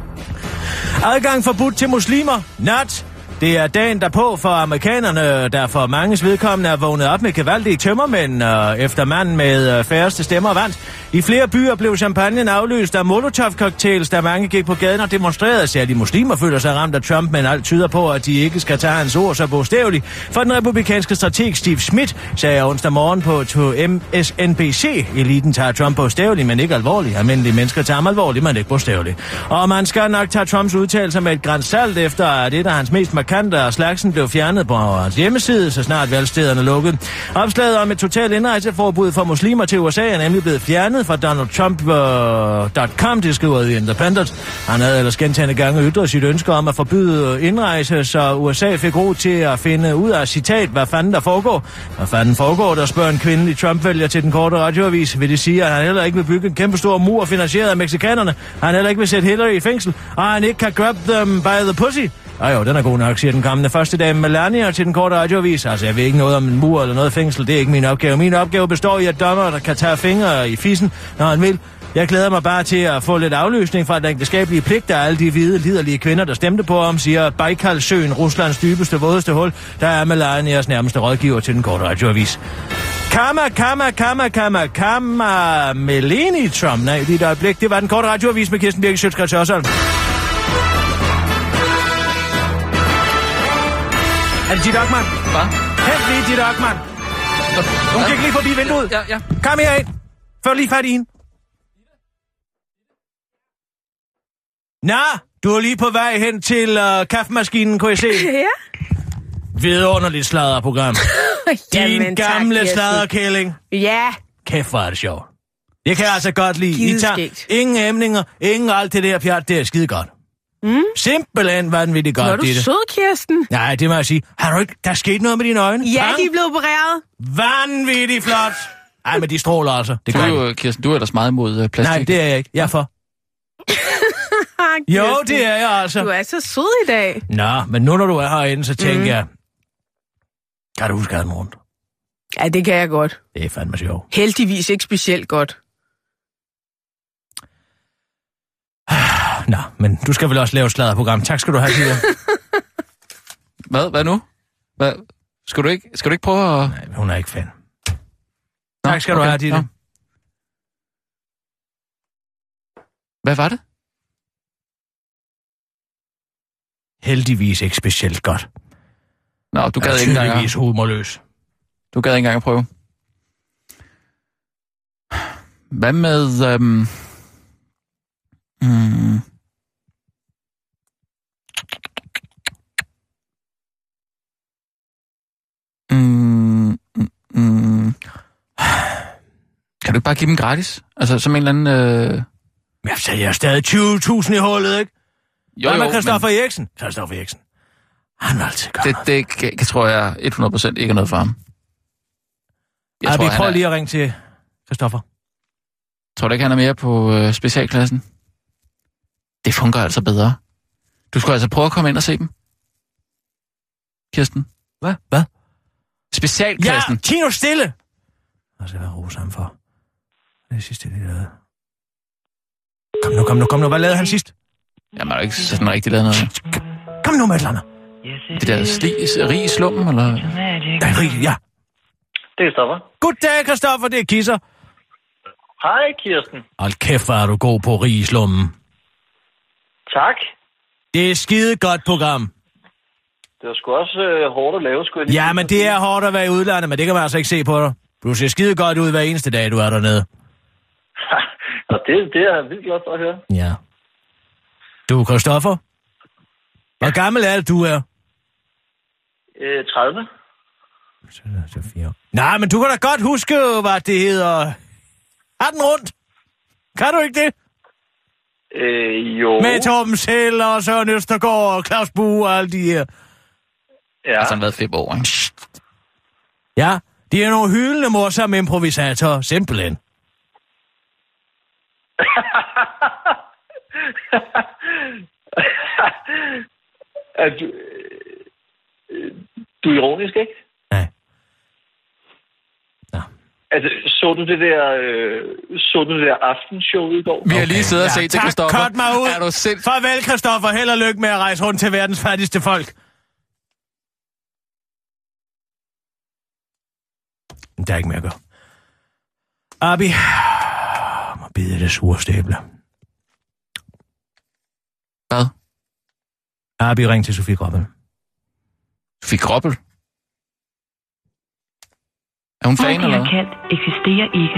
Adgang forbudt til muslimer. Nat. Det er dagen derpå for amerikanerne, der for manges vedkommende er vågnet op med gevaldige tømmermænd, efter manden med færreste stemmer vandt. I flere byer blev champagnen afløst af Molotov-cocktails, da mange gik på gaden og demonstrerede. Særligt muslimer føler sig ramt af Trump, men alt tyder på, at de ikke skal tage hans ord så bogstaveligt. For den republikanske strateg Steve Schmidt sagde onsdag morgen på MSNBC: "Eliten tager Trump bogstaveligt, men ikke alvorligt. Almindelige mennesker tager ham alvorligt, men ikke bogstaveligt. Og man skal nok tage Trumps udtalelser med et gran salt, efter at et af hans mest markante af slagsen blev fjernet på hans hjemmeside, så snart valgstederne lukkede. Opslaget om et totalt indrejseforbud for muslimer til USA er nemlig blevet fjernet fra donaldtrump.com, det skriver The Independent. Han havde ellers gentagne gange ytret sit ønske om at forbyde indrejse, så USA fik ro til at finde ud af, citat, "hvad fanden der foregår." Hvad fanden foregår, der spørger en kvindelig Trump-vælger til den korte radioavis. Vil det sige, at han heller ikke vil bygge en kæmpestor mur finansieret af mexikanerne? Han heller ikke vil sætte Hillary i fængsel, og han ikke kan grab them by the pussy? Jo, den er god nok, siger den kommende første dame Melania til den korte radioavis. Altså, jeg ved ikke noget om en mur eller noget fængsel. Det er ikke min opgave. Min opgave består i, at dommer, der kan tage fingre i fissen, når han vil. Jeg glæder mig bare til at få lidt afløsning fra den ægteskabelige pligt af alle de hvide, liderlige kvinder, der stemte på ham, siger Baikalsøen, Ruslands dybeste, vådeste hul, der er Melanias nærmeste rådgiver til den korte radioavis. Kama, Melanie Trump. Nej, lige et øjeblik. Det var den korte radioavis med Kirsten Birgit Schøtz-Krets Hørsholm. Er det dit Ockmann? Hvad? Hent lige dit Ockmann. Hun gik lige forbi vinduet. Ja. Kom herind. Få lige fat i hende. Nå, du er lige på vej hen til kaffemaskinen, kunne jeg se. Ja. Vidunderligt sladderprogram. Din gamle sladderkælling. Ja. Kæft, hvor er det sjovt. Det kan jeg altså godt lide. I tager ingen emninger, ingen alt det der pjat, det er skide godt. Simpelthen vanvittigt godt, det. Var du sød, Kirsten? Nej, det må jeg sige. Har du ikke... Der er sket noget med dine øjne? Ja, de er blevet opereret. Vanvittigt flot. Ej, men de stråler altså. Det Kirsten, du er ellers meget imod plastik. Nej, det er jeg ikke. Jeg er for. Jo, det er jeg altså. Du er så sød i dag. Nå, men nu når du er herinde, så tænker jeg... Kan du huske morgen? Ja, det kan jeg godt. Det er fandme sjovt. Heldigvis ikke specielt godt. Nå, men du skal vel også lave et sladderprogram. Tak skal du have, Peter. Hvad nu? Skal du ikke prøve at... Nej, hun er ikke fan. Tak skal du have, Peter. Hvad var det? Heldigvis ikke specielt godt. Nå, du gad ikke engang. Tydeligvis humorløs. Du gad ikke engang at prøve. Hvad med... du ikke bare give dem gratis? Altså som en eller anden... Jeg er stadig 20.000 i hullet, ikke? Jo, hvad med Christoffer Eriksen? Christoffer Eriksen. Han vil altid gøre det tror jeg 100% ikke er noget for ham. Prøv lige at ringe til Christoffer. Tror du ikke, han er mere på specialklassen? Det fungerer altså bedre. Du skulle altså prøve at komme ind og se dem. Kirsten. Hvad? Specialklassen. Ja, Tino stille! Og så hvad rose ham for. Det er sidste, det lavede. Kom nu. Hvad lavede han sidst? Jamen, har du ikke sådan rigtig lavet noget? Kom nu med et eller andet. Det der rig i slummen, eller? Ja. Det er Stoffer. Goddag, Christoffer, det er Kisser. Hej, Kirsten. Hold kæft, hvor er du god på rig i slummen. Tak. Det er skide godt program. Det var sgu også hårdt at lave, skulle jeg lige. Ja, men det er hårdt at være i udlandet, men det kan man altså ikke se på dig. Du ser skide godt ud hver eneste dag, du er dernede. Og det er jeg vildt glad for at høre. Ja. Du, Christoffer? Hvor gammel er det, du er? 30. Så 4. Nej, men du kan da godt huske, hvad det hedder. Har den rundt? Kan du ikke det? Jo. Med Torben Sæl og Søren Østergaard og Claus Bue og alle de her. Ja. Altså han har været 5 år, ikke? Ja, de er nogle hyldende morsomme improvisatorer, simpelthen. Du er ironisk, ikke? Nej. Ja. Altså, så du det der aftenshow i går? Vi har lige siddet og set det, Christoffer. Cut mig ud. Er du Farvel, Christoffer. Held og lykke med at rejse rundt til verdens fattigste folk. Der er ikke mere at gøre. Abi, må bide det sure stæble. Hvad? Abi, ring til Sofie Groppel. Sofie Groppel? Er hun fan, eller hvad? Kaldt eksisterer ikke.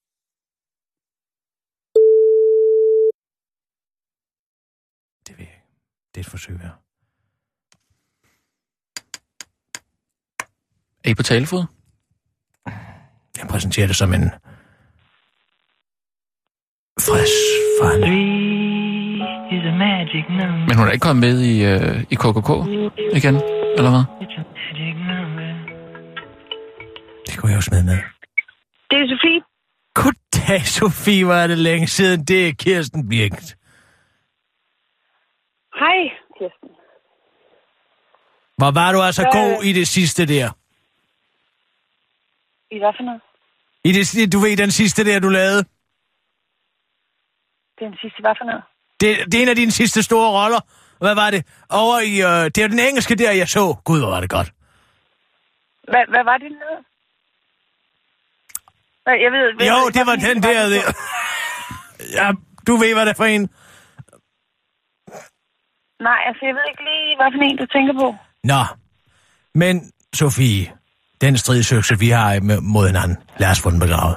Det ved jeg ikke. Det er et forsøg her. Er I på talefod? Jeg præsenterer det som en frisk fand. Men hun er ikke kommet med i KKK igen, eller hvad? Det kunne jeg jo smide med. Det er Sofie. Goddag, Sofie. Hvor er det længe siden. Det er Kirsten Birgit. Hej, Kirsten. Hvor var du altså god i det sidste der? I hvad for noget? I det, du ved, den sidste der, du lavede? Den sidste hvad for noget? Det er en af dine sidste store roller. Hvad var det? Over i... det er den engelske der, jeg så. Gud, hvor var det godt. Hvad var det nede? Jeg ved, jo, det var den der. Ja, du ved, hvad det er for en. Nej, altså, jeg ved ikke lige, hvad for en, du tænker på. Nå, men Sofie, den stridsøgelse, vi har mod hinanden, lad os få den begravet.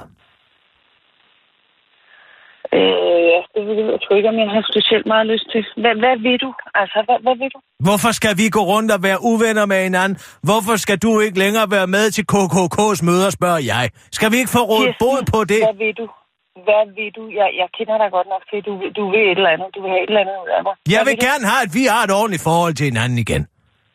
Ja, det ved jeg sgu ikke, om jeg har specielt meget lyst til. Hvad vil du? Altså, hvad vil du? Hvorfor skal vi gå rundt og være uvenner med hinanden? Hvorfor skal du ikke længere være med til KKK's møder, spørger jeg. Skal vi ikke få råd bod på det? Hvad vil du? Hvad vil du? Jeg kender dig godt nok til, du vil et eller andet. Du vil have et eller andet ud af mig. Jeg vil gerne have, at vi har et ordentligt forhold til hinanden igen.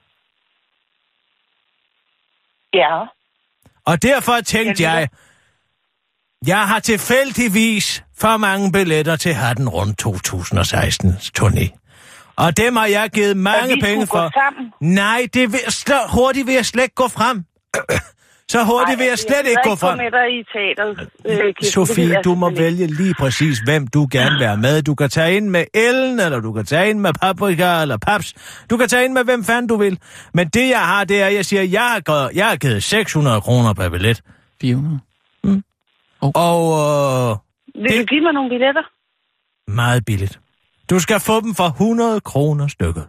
Ja. Og derfor tænkte jeg har tilfældigvis for mange billetter til Hatten Rundt 2016's turné. Og dem har jeg givet mange penge for. Nej, hurtigt vil jeg slet ikke gå frem. Så hurtigt vil jeg slet ikke gå frem. Jeg med dig i teateret. Sofie, du må vælge lige præcis, hvem du gerne vil være med. Du kan tage ind med Ellen, eller du kan tage ind med Paprika, eller Paps. Du kan tage ind med hvem fanden du vil. Men det jeg har, det er, jeg siger, jeg har givet 600 kroner per billet. 400? Og vil du give mig nogle billetter? Meget billigt. Du skal få dem for 100 kroner stykket.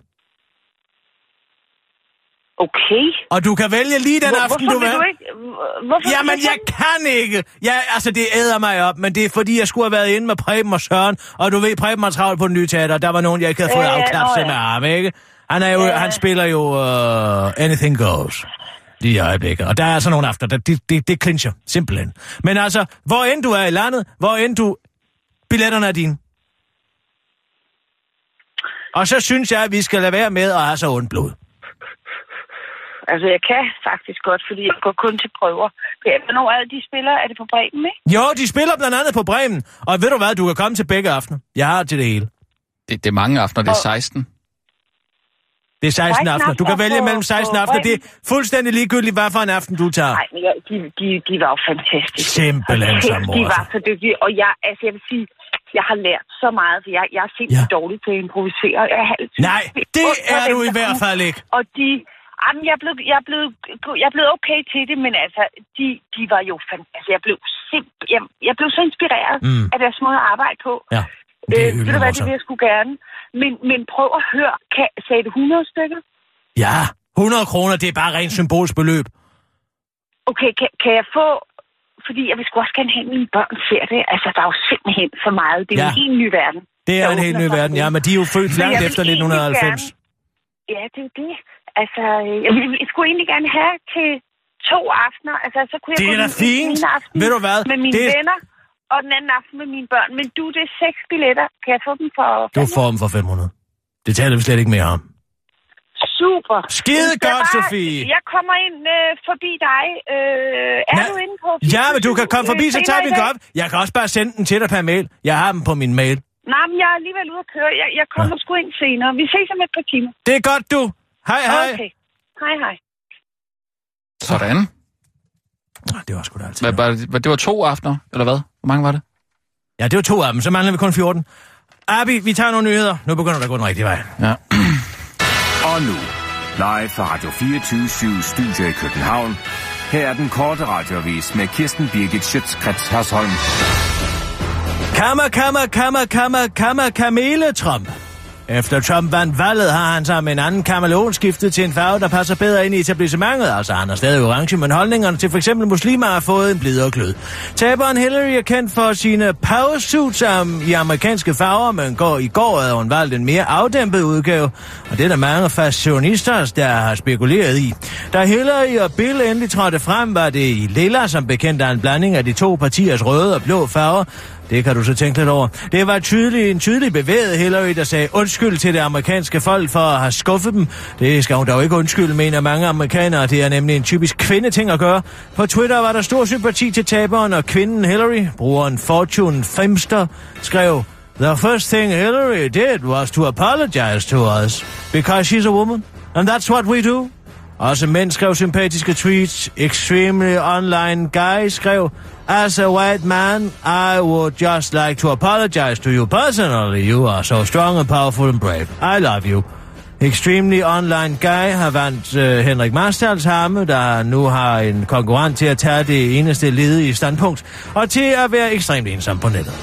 Okay. Og du kan vælge lige den aften, du vil. Jamen, jeg kan ikke. Altså, det æder mig op, men det er fordi, jeg skulle have været inde med Preben og Søren, og du ved, Preben var travlt på den nye teater, der var nogen, jeg ikke havde fået afklapset med arme, ikke? Han spiller jo Anything Goes. lige i øjeblikket. Og der er altså nogle aftener, det clincher, simpelthen. Men altså, hvor end du er i landet, hvor end du... Billetterne er dine. Og så synes jeg, at vi skal lade være med at have så ondt blod. Altså, jeg kan faktisk godt, fordi jeg går kun til prøver. Hvornår er det, de spiller? Er det på Bremen, ikke? Jo, de spiller blandt andet på Bremen. Og ved du hvad, du kan komme til begge aftener. Jeg har til det hele. Det er mange aftener, det er 16. Det er 16 aftener. Du kan vælge mellem 16 aftener. Det er fuldstændig ligegyldigt, hvad for en aften du tager. Nej, men de var jo fantastiske. Simpelthen så morsomt. De var så dygtige. Og jeg vil sige, jeg har lært så meget, for jeg er sindssygt dårlig til at improvisere. Nej, det er du i hvert fald ikke. Og jamen, jeg blev okay til det, men altså, de var jo fantastiske. Jeg blev så inspireret af deres måde at arbejde på. Ja, det er ved du hvad, det vil jeg sgu gerne. Men prøv at høre, sagde det 100 stykker? Ja, 100 kroner, det er bare rent symbolsk beløb. Okay, kan jeg få... Fordi jeg vil sgu også gerne have, at mine børn ser det. Altså, der er jo simpelthen for meget. Det er jo en helt ny verden. Det er en helt ny verden, ja, men de er jo født langt efter 1990. Ja, det er jo det. Altså, jeg skulle egentlig gerne have til 2 aftener. Altså, så kunne jeg det er da fint. Ved du hvad? Med mine venner, og den anden aften med mine børn. Men det er 6 billetter. Kan jeg få dem for 500? Du får dem for 500. Det taler vi slet ikke mere om. Super. Skide godt, Sofie. Jeg kommer ind forbi dig. Du inde på... Ja, men du kan komme forbi, så tager vi en kop. Jeg kan også bare sende den til dig per mail. Jeg har dem på min mail. Nej, men jeg er alligevel ude at køre. Jeg kommer sgu ind senere. Vi ses om et par timer. Det er godt, du. Hej. Okay. Hej. Sådan. Det var sgu da altid. Det var 2 aftener, eller hvad? Hvor mange var det? Ja, det var 2 af dem. Så mangler vi kun 14. Abi, vi tager nogle nyheder. Nu begynder der at gå den rigtige vej. Ja. Og nu, live fra Radio 24/7 Studio i København. Her er den korte radioavis med Kirsten Birgit Schøtz-Krets Hørsholm. Kamele Trump. Efter Trump vandt valget, har han sammen med en anden kameleon skiftet til en farve, der passer bedre ind i etablissementet. Altså, han er stadig orange, men holdningerne til f.eks. muslimer har fået en blidere glød. Taberen Hillary er kendt for sine powersuits i amerikanske farver, men i går havde hun valgt en mere afdæmpet udgave, og det er der mange fashionister, der har spekuleret i. Da Hillary og Bill endelig trådte frem, var det i lilla, som bekendt af en blanding af de 2 partiers røde og blå farver. Det kan du så tænke lidt over. Det var en tydelig bevæget Hillary, der sagde undskyld til det amerikanske folk for at have skuffet dem. Det skal hun dog ikke undskylde, mener mange amerikanere. Det er nemlig en typisk kvindeting at gøre. På Twitter var der stor sympati til taberen, og kvinden Hillary, brugeren Fortune Femster, skrev: The first thing Hillary did was to apologize to us, because she's a woman, and that's what we do. Også mænd skrev sympatiske tweets. Extremely Online Guy skrev: As a white man, I would just like to apologize to you personally. You are so strong and powerful and brave. I love you. Extremely Online Guy har vandt Henrik Marstals Hamme, der nu har en konkurrent til at tage det eneste ledige standpunkt, og til at være ekstremt ensom på nettet.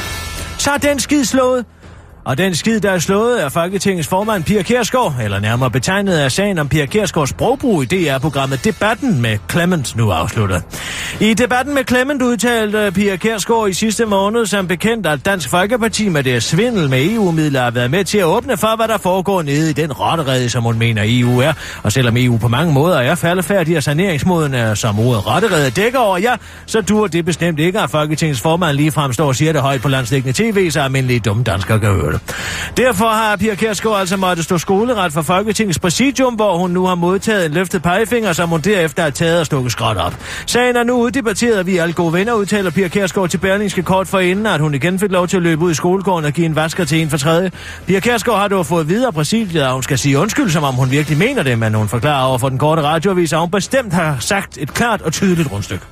Så er den skid slået. Og den skid, der er slået, er Folketingets formand Pia Kjærsgaard, eller nærmere betegnet af sagen om Pia Kjærsgaards sprogbrug i DR-programmet Debatten med Clement nu afsluttet. I Debatten med Clement udtalte Pia Kjærsgaard i sidste måned som bekendt, at Dansk Folkeparti med deres svindel med EU-midler har været med til at åbne for, hvad der foregår nede i den rotterede, som hun mener EU er. Og selvom EU på mange måder er faldefærdig og saneringsmoden, som ordet rotterede dækker over, ja, så duer det bestemt ikke, at Folketingets formand ligefrem står og siger det højt på landsdækkende tv, så almindelige dumme danskere kan høre. Derfor har Pia Kjærsgaard altså måttet stå skoleret for Folketingets præsidium, hvor hun nu har modtaget en løftet pegefinger, som hun derefter har taget og stukket skråt op. Sagen er nu uddebatteret, og vi alle gode venner, udtaler Pia Kjærsgaard til Berlingske kort forinden, at hun igen fik lov til at løbe ud i skolegården og give en vasker til en for tredje. Pia Kjærsgaard har dog fået videre præsidiet, at hun skal sige undskyld, som om hun virkelig mener det, men hun forklarer over for den korte radioavis, at hun bestemt har sagt et klart og tydeligt rundstykke.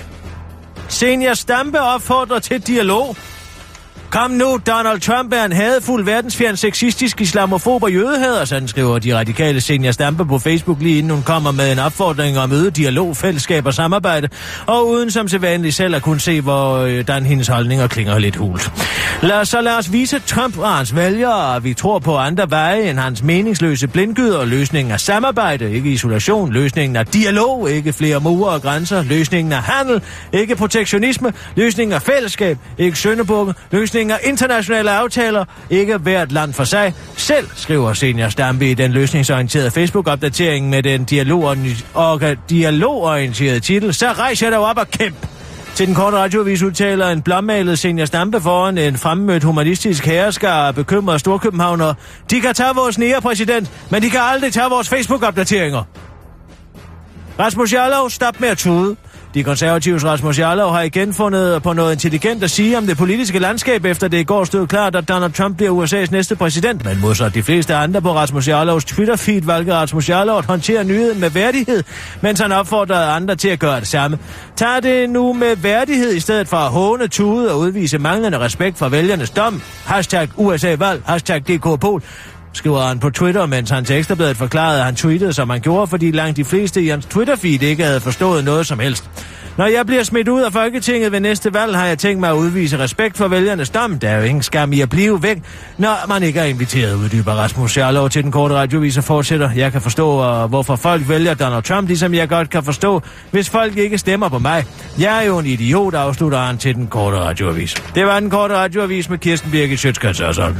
Zenia Stampe opfordrer til dialog. Kom nu, Donald Trump er en hadefuld, verdensfjern, sexistisk, islamofob og jødehader, sådan skriver de radikale Zenia Stampe på Facebook, lige inden hun kommer med en opfordring om øget dialog, fællesskab og samarbejde, og uden som sædvanligt selv at kunne se, hvordan hendes holdninger klinger lidt hult. Lad os vise Trump og hans vælgere, at vi tror på andre veje end hans meningsløse blindgyder, løsningen af samarbejde, ikke isolation, løsningen af dialog, ikke flere mure og grænser, løsningen af handel, ikke protektionisme, løsningen af fællesskab, ikke syndebukke, løsningen løsninger, internationale aftaler, ikke hvert land for sig. Selv, skriver Senior Stampe i den løsningsorienterede Facebook-opdatering med den dialogorienterede titel, så rejser jeg dig op og kæmp. Til den korte radioavis udtaler en blåmalet Senior Stampe foran en fremmødt humanistisk herreskare af bekymrede storkøbenhavnere. De kan tage vores nære-præsident, men de kan aldrig tage vores Facebook-opdateringer. Rasmus Jarlov, stop med at tude. De konservatives Rasmus Jarlov har igen fundet på noget intelligent at sige om det politiske landskab, efter det i går stod klart, at Donald Trump bliver USA's næste præsident. Men modsat de fleste andre på Rasmus Jarlovs Twitter-feed valgte Rasmus Jarlov at håndtere nyheden med værdighed, mens han opfordrede andre til at gøre det samme. Tag det nu med værdighed i stedet for at håne, tude og udvise manglende respekt for vælgernes dom. #USA-valg, #DK-pol. Skriver han på Twitter, mens han til Ekstrabladet forklarede, at han tweetede, som han gjorde, fordi langt de fleste i hans Twitter-feed ikke havde forstået noget som helst. Når jeg bliver smidt ud af Folketinget ved næste valg, har jeg tænkt mig at udvise respekt for vælgernes dom. Der er jo ingen skam i at blive væk, når man ikke er inviteret, uddyber Rasmus Jarlov til den korte radioavis og fortsætter. Jeg kan forstå, hvorfor folk vælger Donald Trump, ligesom jeg godt kan forstå, hvis folk ikke stemmer på mig. Jeg er jo en idiot, afslutter han til den korte radioavis. Det var den korte radioavis med Kirsten Birgit Schøtz-Krets Hørsholm.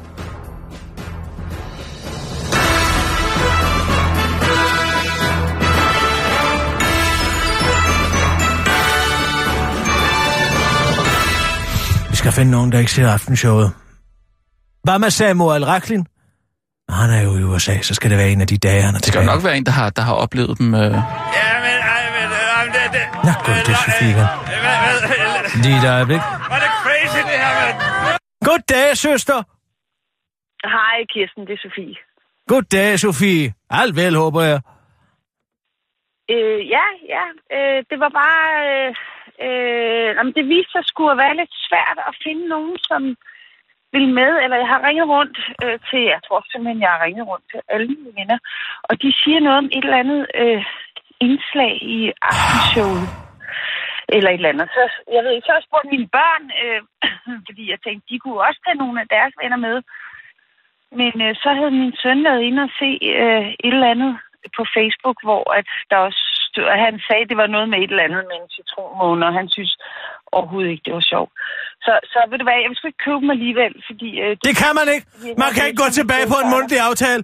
Vi skal finde nogen, der ikke ser aftenshowet. Hvad med Samuel Rachlin? Han er jo i USA, så skal det være en af de dage, han er tilbage. Det skal nok være en, der har oplevet dem. Nå, gud, det er Sofie. Lige der øjeblik. Var det crazy, det her, mand? Goddag, søster. Hej, Kirsten, det er Sofie. Goddag, Sofie. Alt vel, håber jeg. Ja. Det var bare... det viste sig skulle være lidt svært at finde nogen, som ville med. Eller jeg har ringet rundt til... Jeg tror simpelthen, jeg har ringet rundt til alle mine venner. Og de siger noget om et eller andet indslag i aftenshowet. Eller et eller andet. Så jeg ved ikke, så har jeg spurgt mine børn, fordi jeg tænkte, de kunne også tage nogle af deres venner med. Men så havde min søn været inde og se et eller andet på Facebook, hvor at der også stod, at han sagde, at det var noget med et eller andet med en citronmåne, og han synes overhovedet ikke, det var sjovt. Så ved du hvad, jeg vil sgu ikke købe dem alligevel, fordi... det kan man ikke! Man kan ikke gå tilbage på en mundtlig aftale.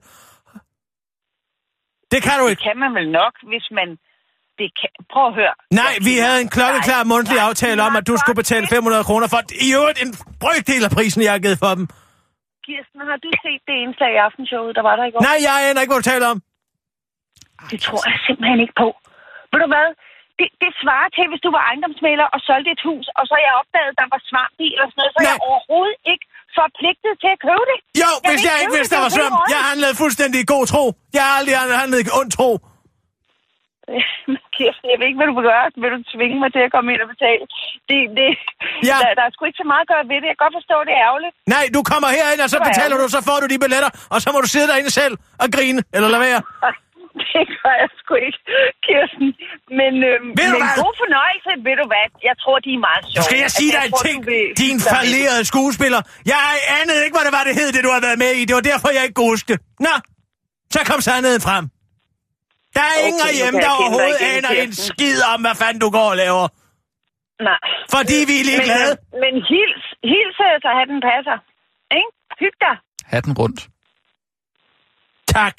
Det kan du ikke. Det kan man vel nok, hvis man... Prøv at høre. Nej, vi havde en klokkeklar mundtlig aftale om, at du skulle betale 500 kroner for i øvrigt en brøkdel af prisen, jeg har givet for dem. Kirsten, har du set det indslag i aftenshowet, der var der i går? Nej, jeg aner ikke, hvad du taler om. Det tror jeg simpelthen ikke på. Ved du hvad? Det svarer til, hvis du var ejendomsmægler og solgte et hus, og så jeg opdagede, at der var svamp i eller sådan noget, så jeg overhovedet ikke forpligtet til at købe det. Jo, hvis jeg ikke vidste, der var svamp. Jeg handlede fuldstændig i god tro. Jeg har aldrig handlet i ond tro. Kirsten, jeg ved ikke, hvad du vil gøre. Vil du tvinge mig til at komme ind og betale? Ja. Der er sgu ikke så meget at gøre ved det. Jeg kan godt forstå, det er ærgerligt. Nej, du kommer herind, og så betaler du, så får du de billetter, og så må du sidde derinde selv og grine, eller lade være. Det gør jeg sgu ikke, Kirsten. Men god fornøjelse, ved du hvad? Jeg tror, de er meget sjove. Skal jeg sige dig en ting, din fallerede skuespiller? Jeg anede ikke, hvad det var, det hed, det du har været med i. Det var derfor, jeg ikke kunne huske det. Nå, så kom sandheden frem. Der er ingen hjemme, der overhovedet aner en skid om, hvad fanden du går og laver. Nej. Fordi vi er ligeglade. Men hils så hatten passer. Ikke? Hyg dig. Hatten rundt. Tak.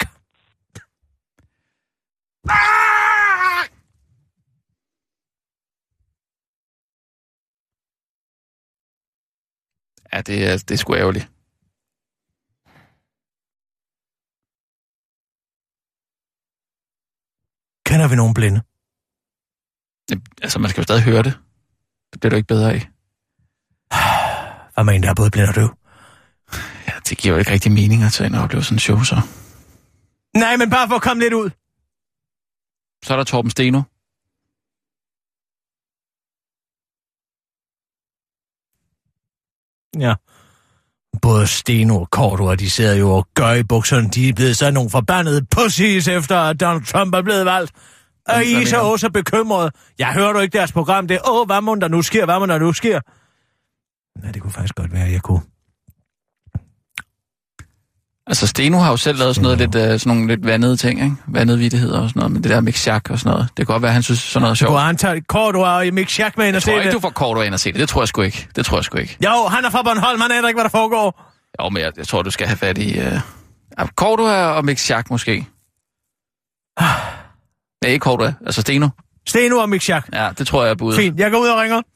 Ja, det er sgu ærgerligt. Kender vi nogen blinde? Altså, man skal jo stadig høre det. Det bliver du ikke bedre af. Hvad mener der er både blind og døv? Ja, det giver jo ikke rigtig mening at tage ind og opleve sådan en show, så. Nej, men bare for at komme lidt ud. Så er der Torben Steno. Ja. Både Steno og Korto, de sidder jo og gør i bukserne. De er blevet sådan nogle forbandede pussies, efter at Donald Trump er blevet valgt. Og I er så også bekymrede. Jeg hører du ikke deres program. Det er, hvad må der nu sker? Hvad må der nu sker? Nej, det kunne faktisk godt være, at jeg kunne. Altså, Steno har jo selv lavet sådan noget lidt, sådan nogle lidt vandede ting, ikke? Vandede vittigheder og sådan noget, men det der Mick Schack og sådan noget. Det kan godt være, han synes sådan noget sjovt. Kunne han tage Cordua og Mick Schack med ind og se det? Jeg tror ikke, du får Cordua ind og se det. Det tror jeg sgu ikke. Jo, han er fra Bornholm, han aner ikke, hvad der foregår. Jo, men jeg tror, du skal have fat i... Cordua og Mick Schack måske. Ja, ikke Cordua, altså Steno. Steno og Mick Schack. Ja, det tror jeg er budet. Fint, jeg går ud og ringer.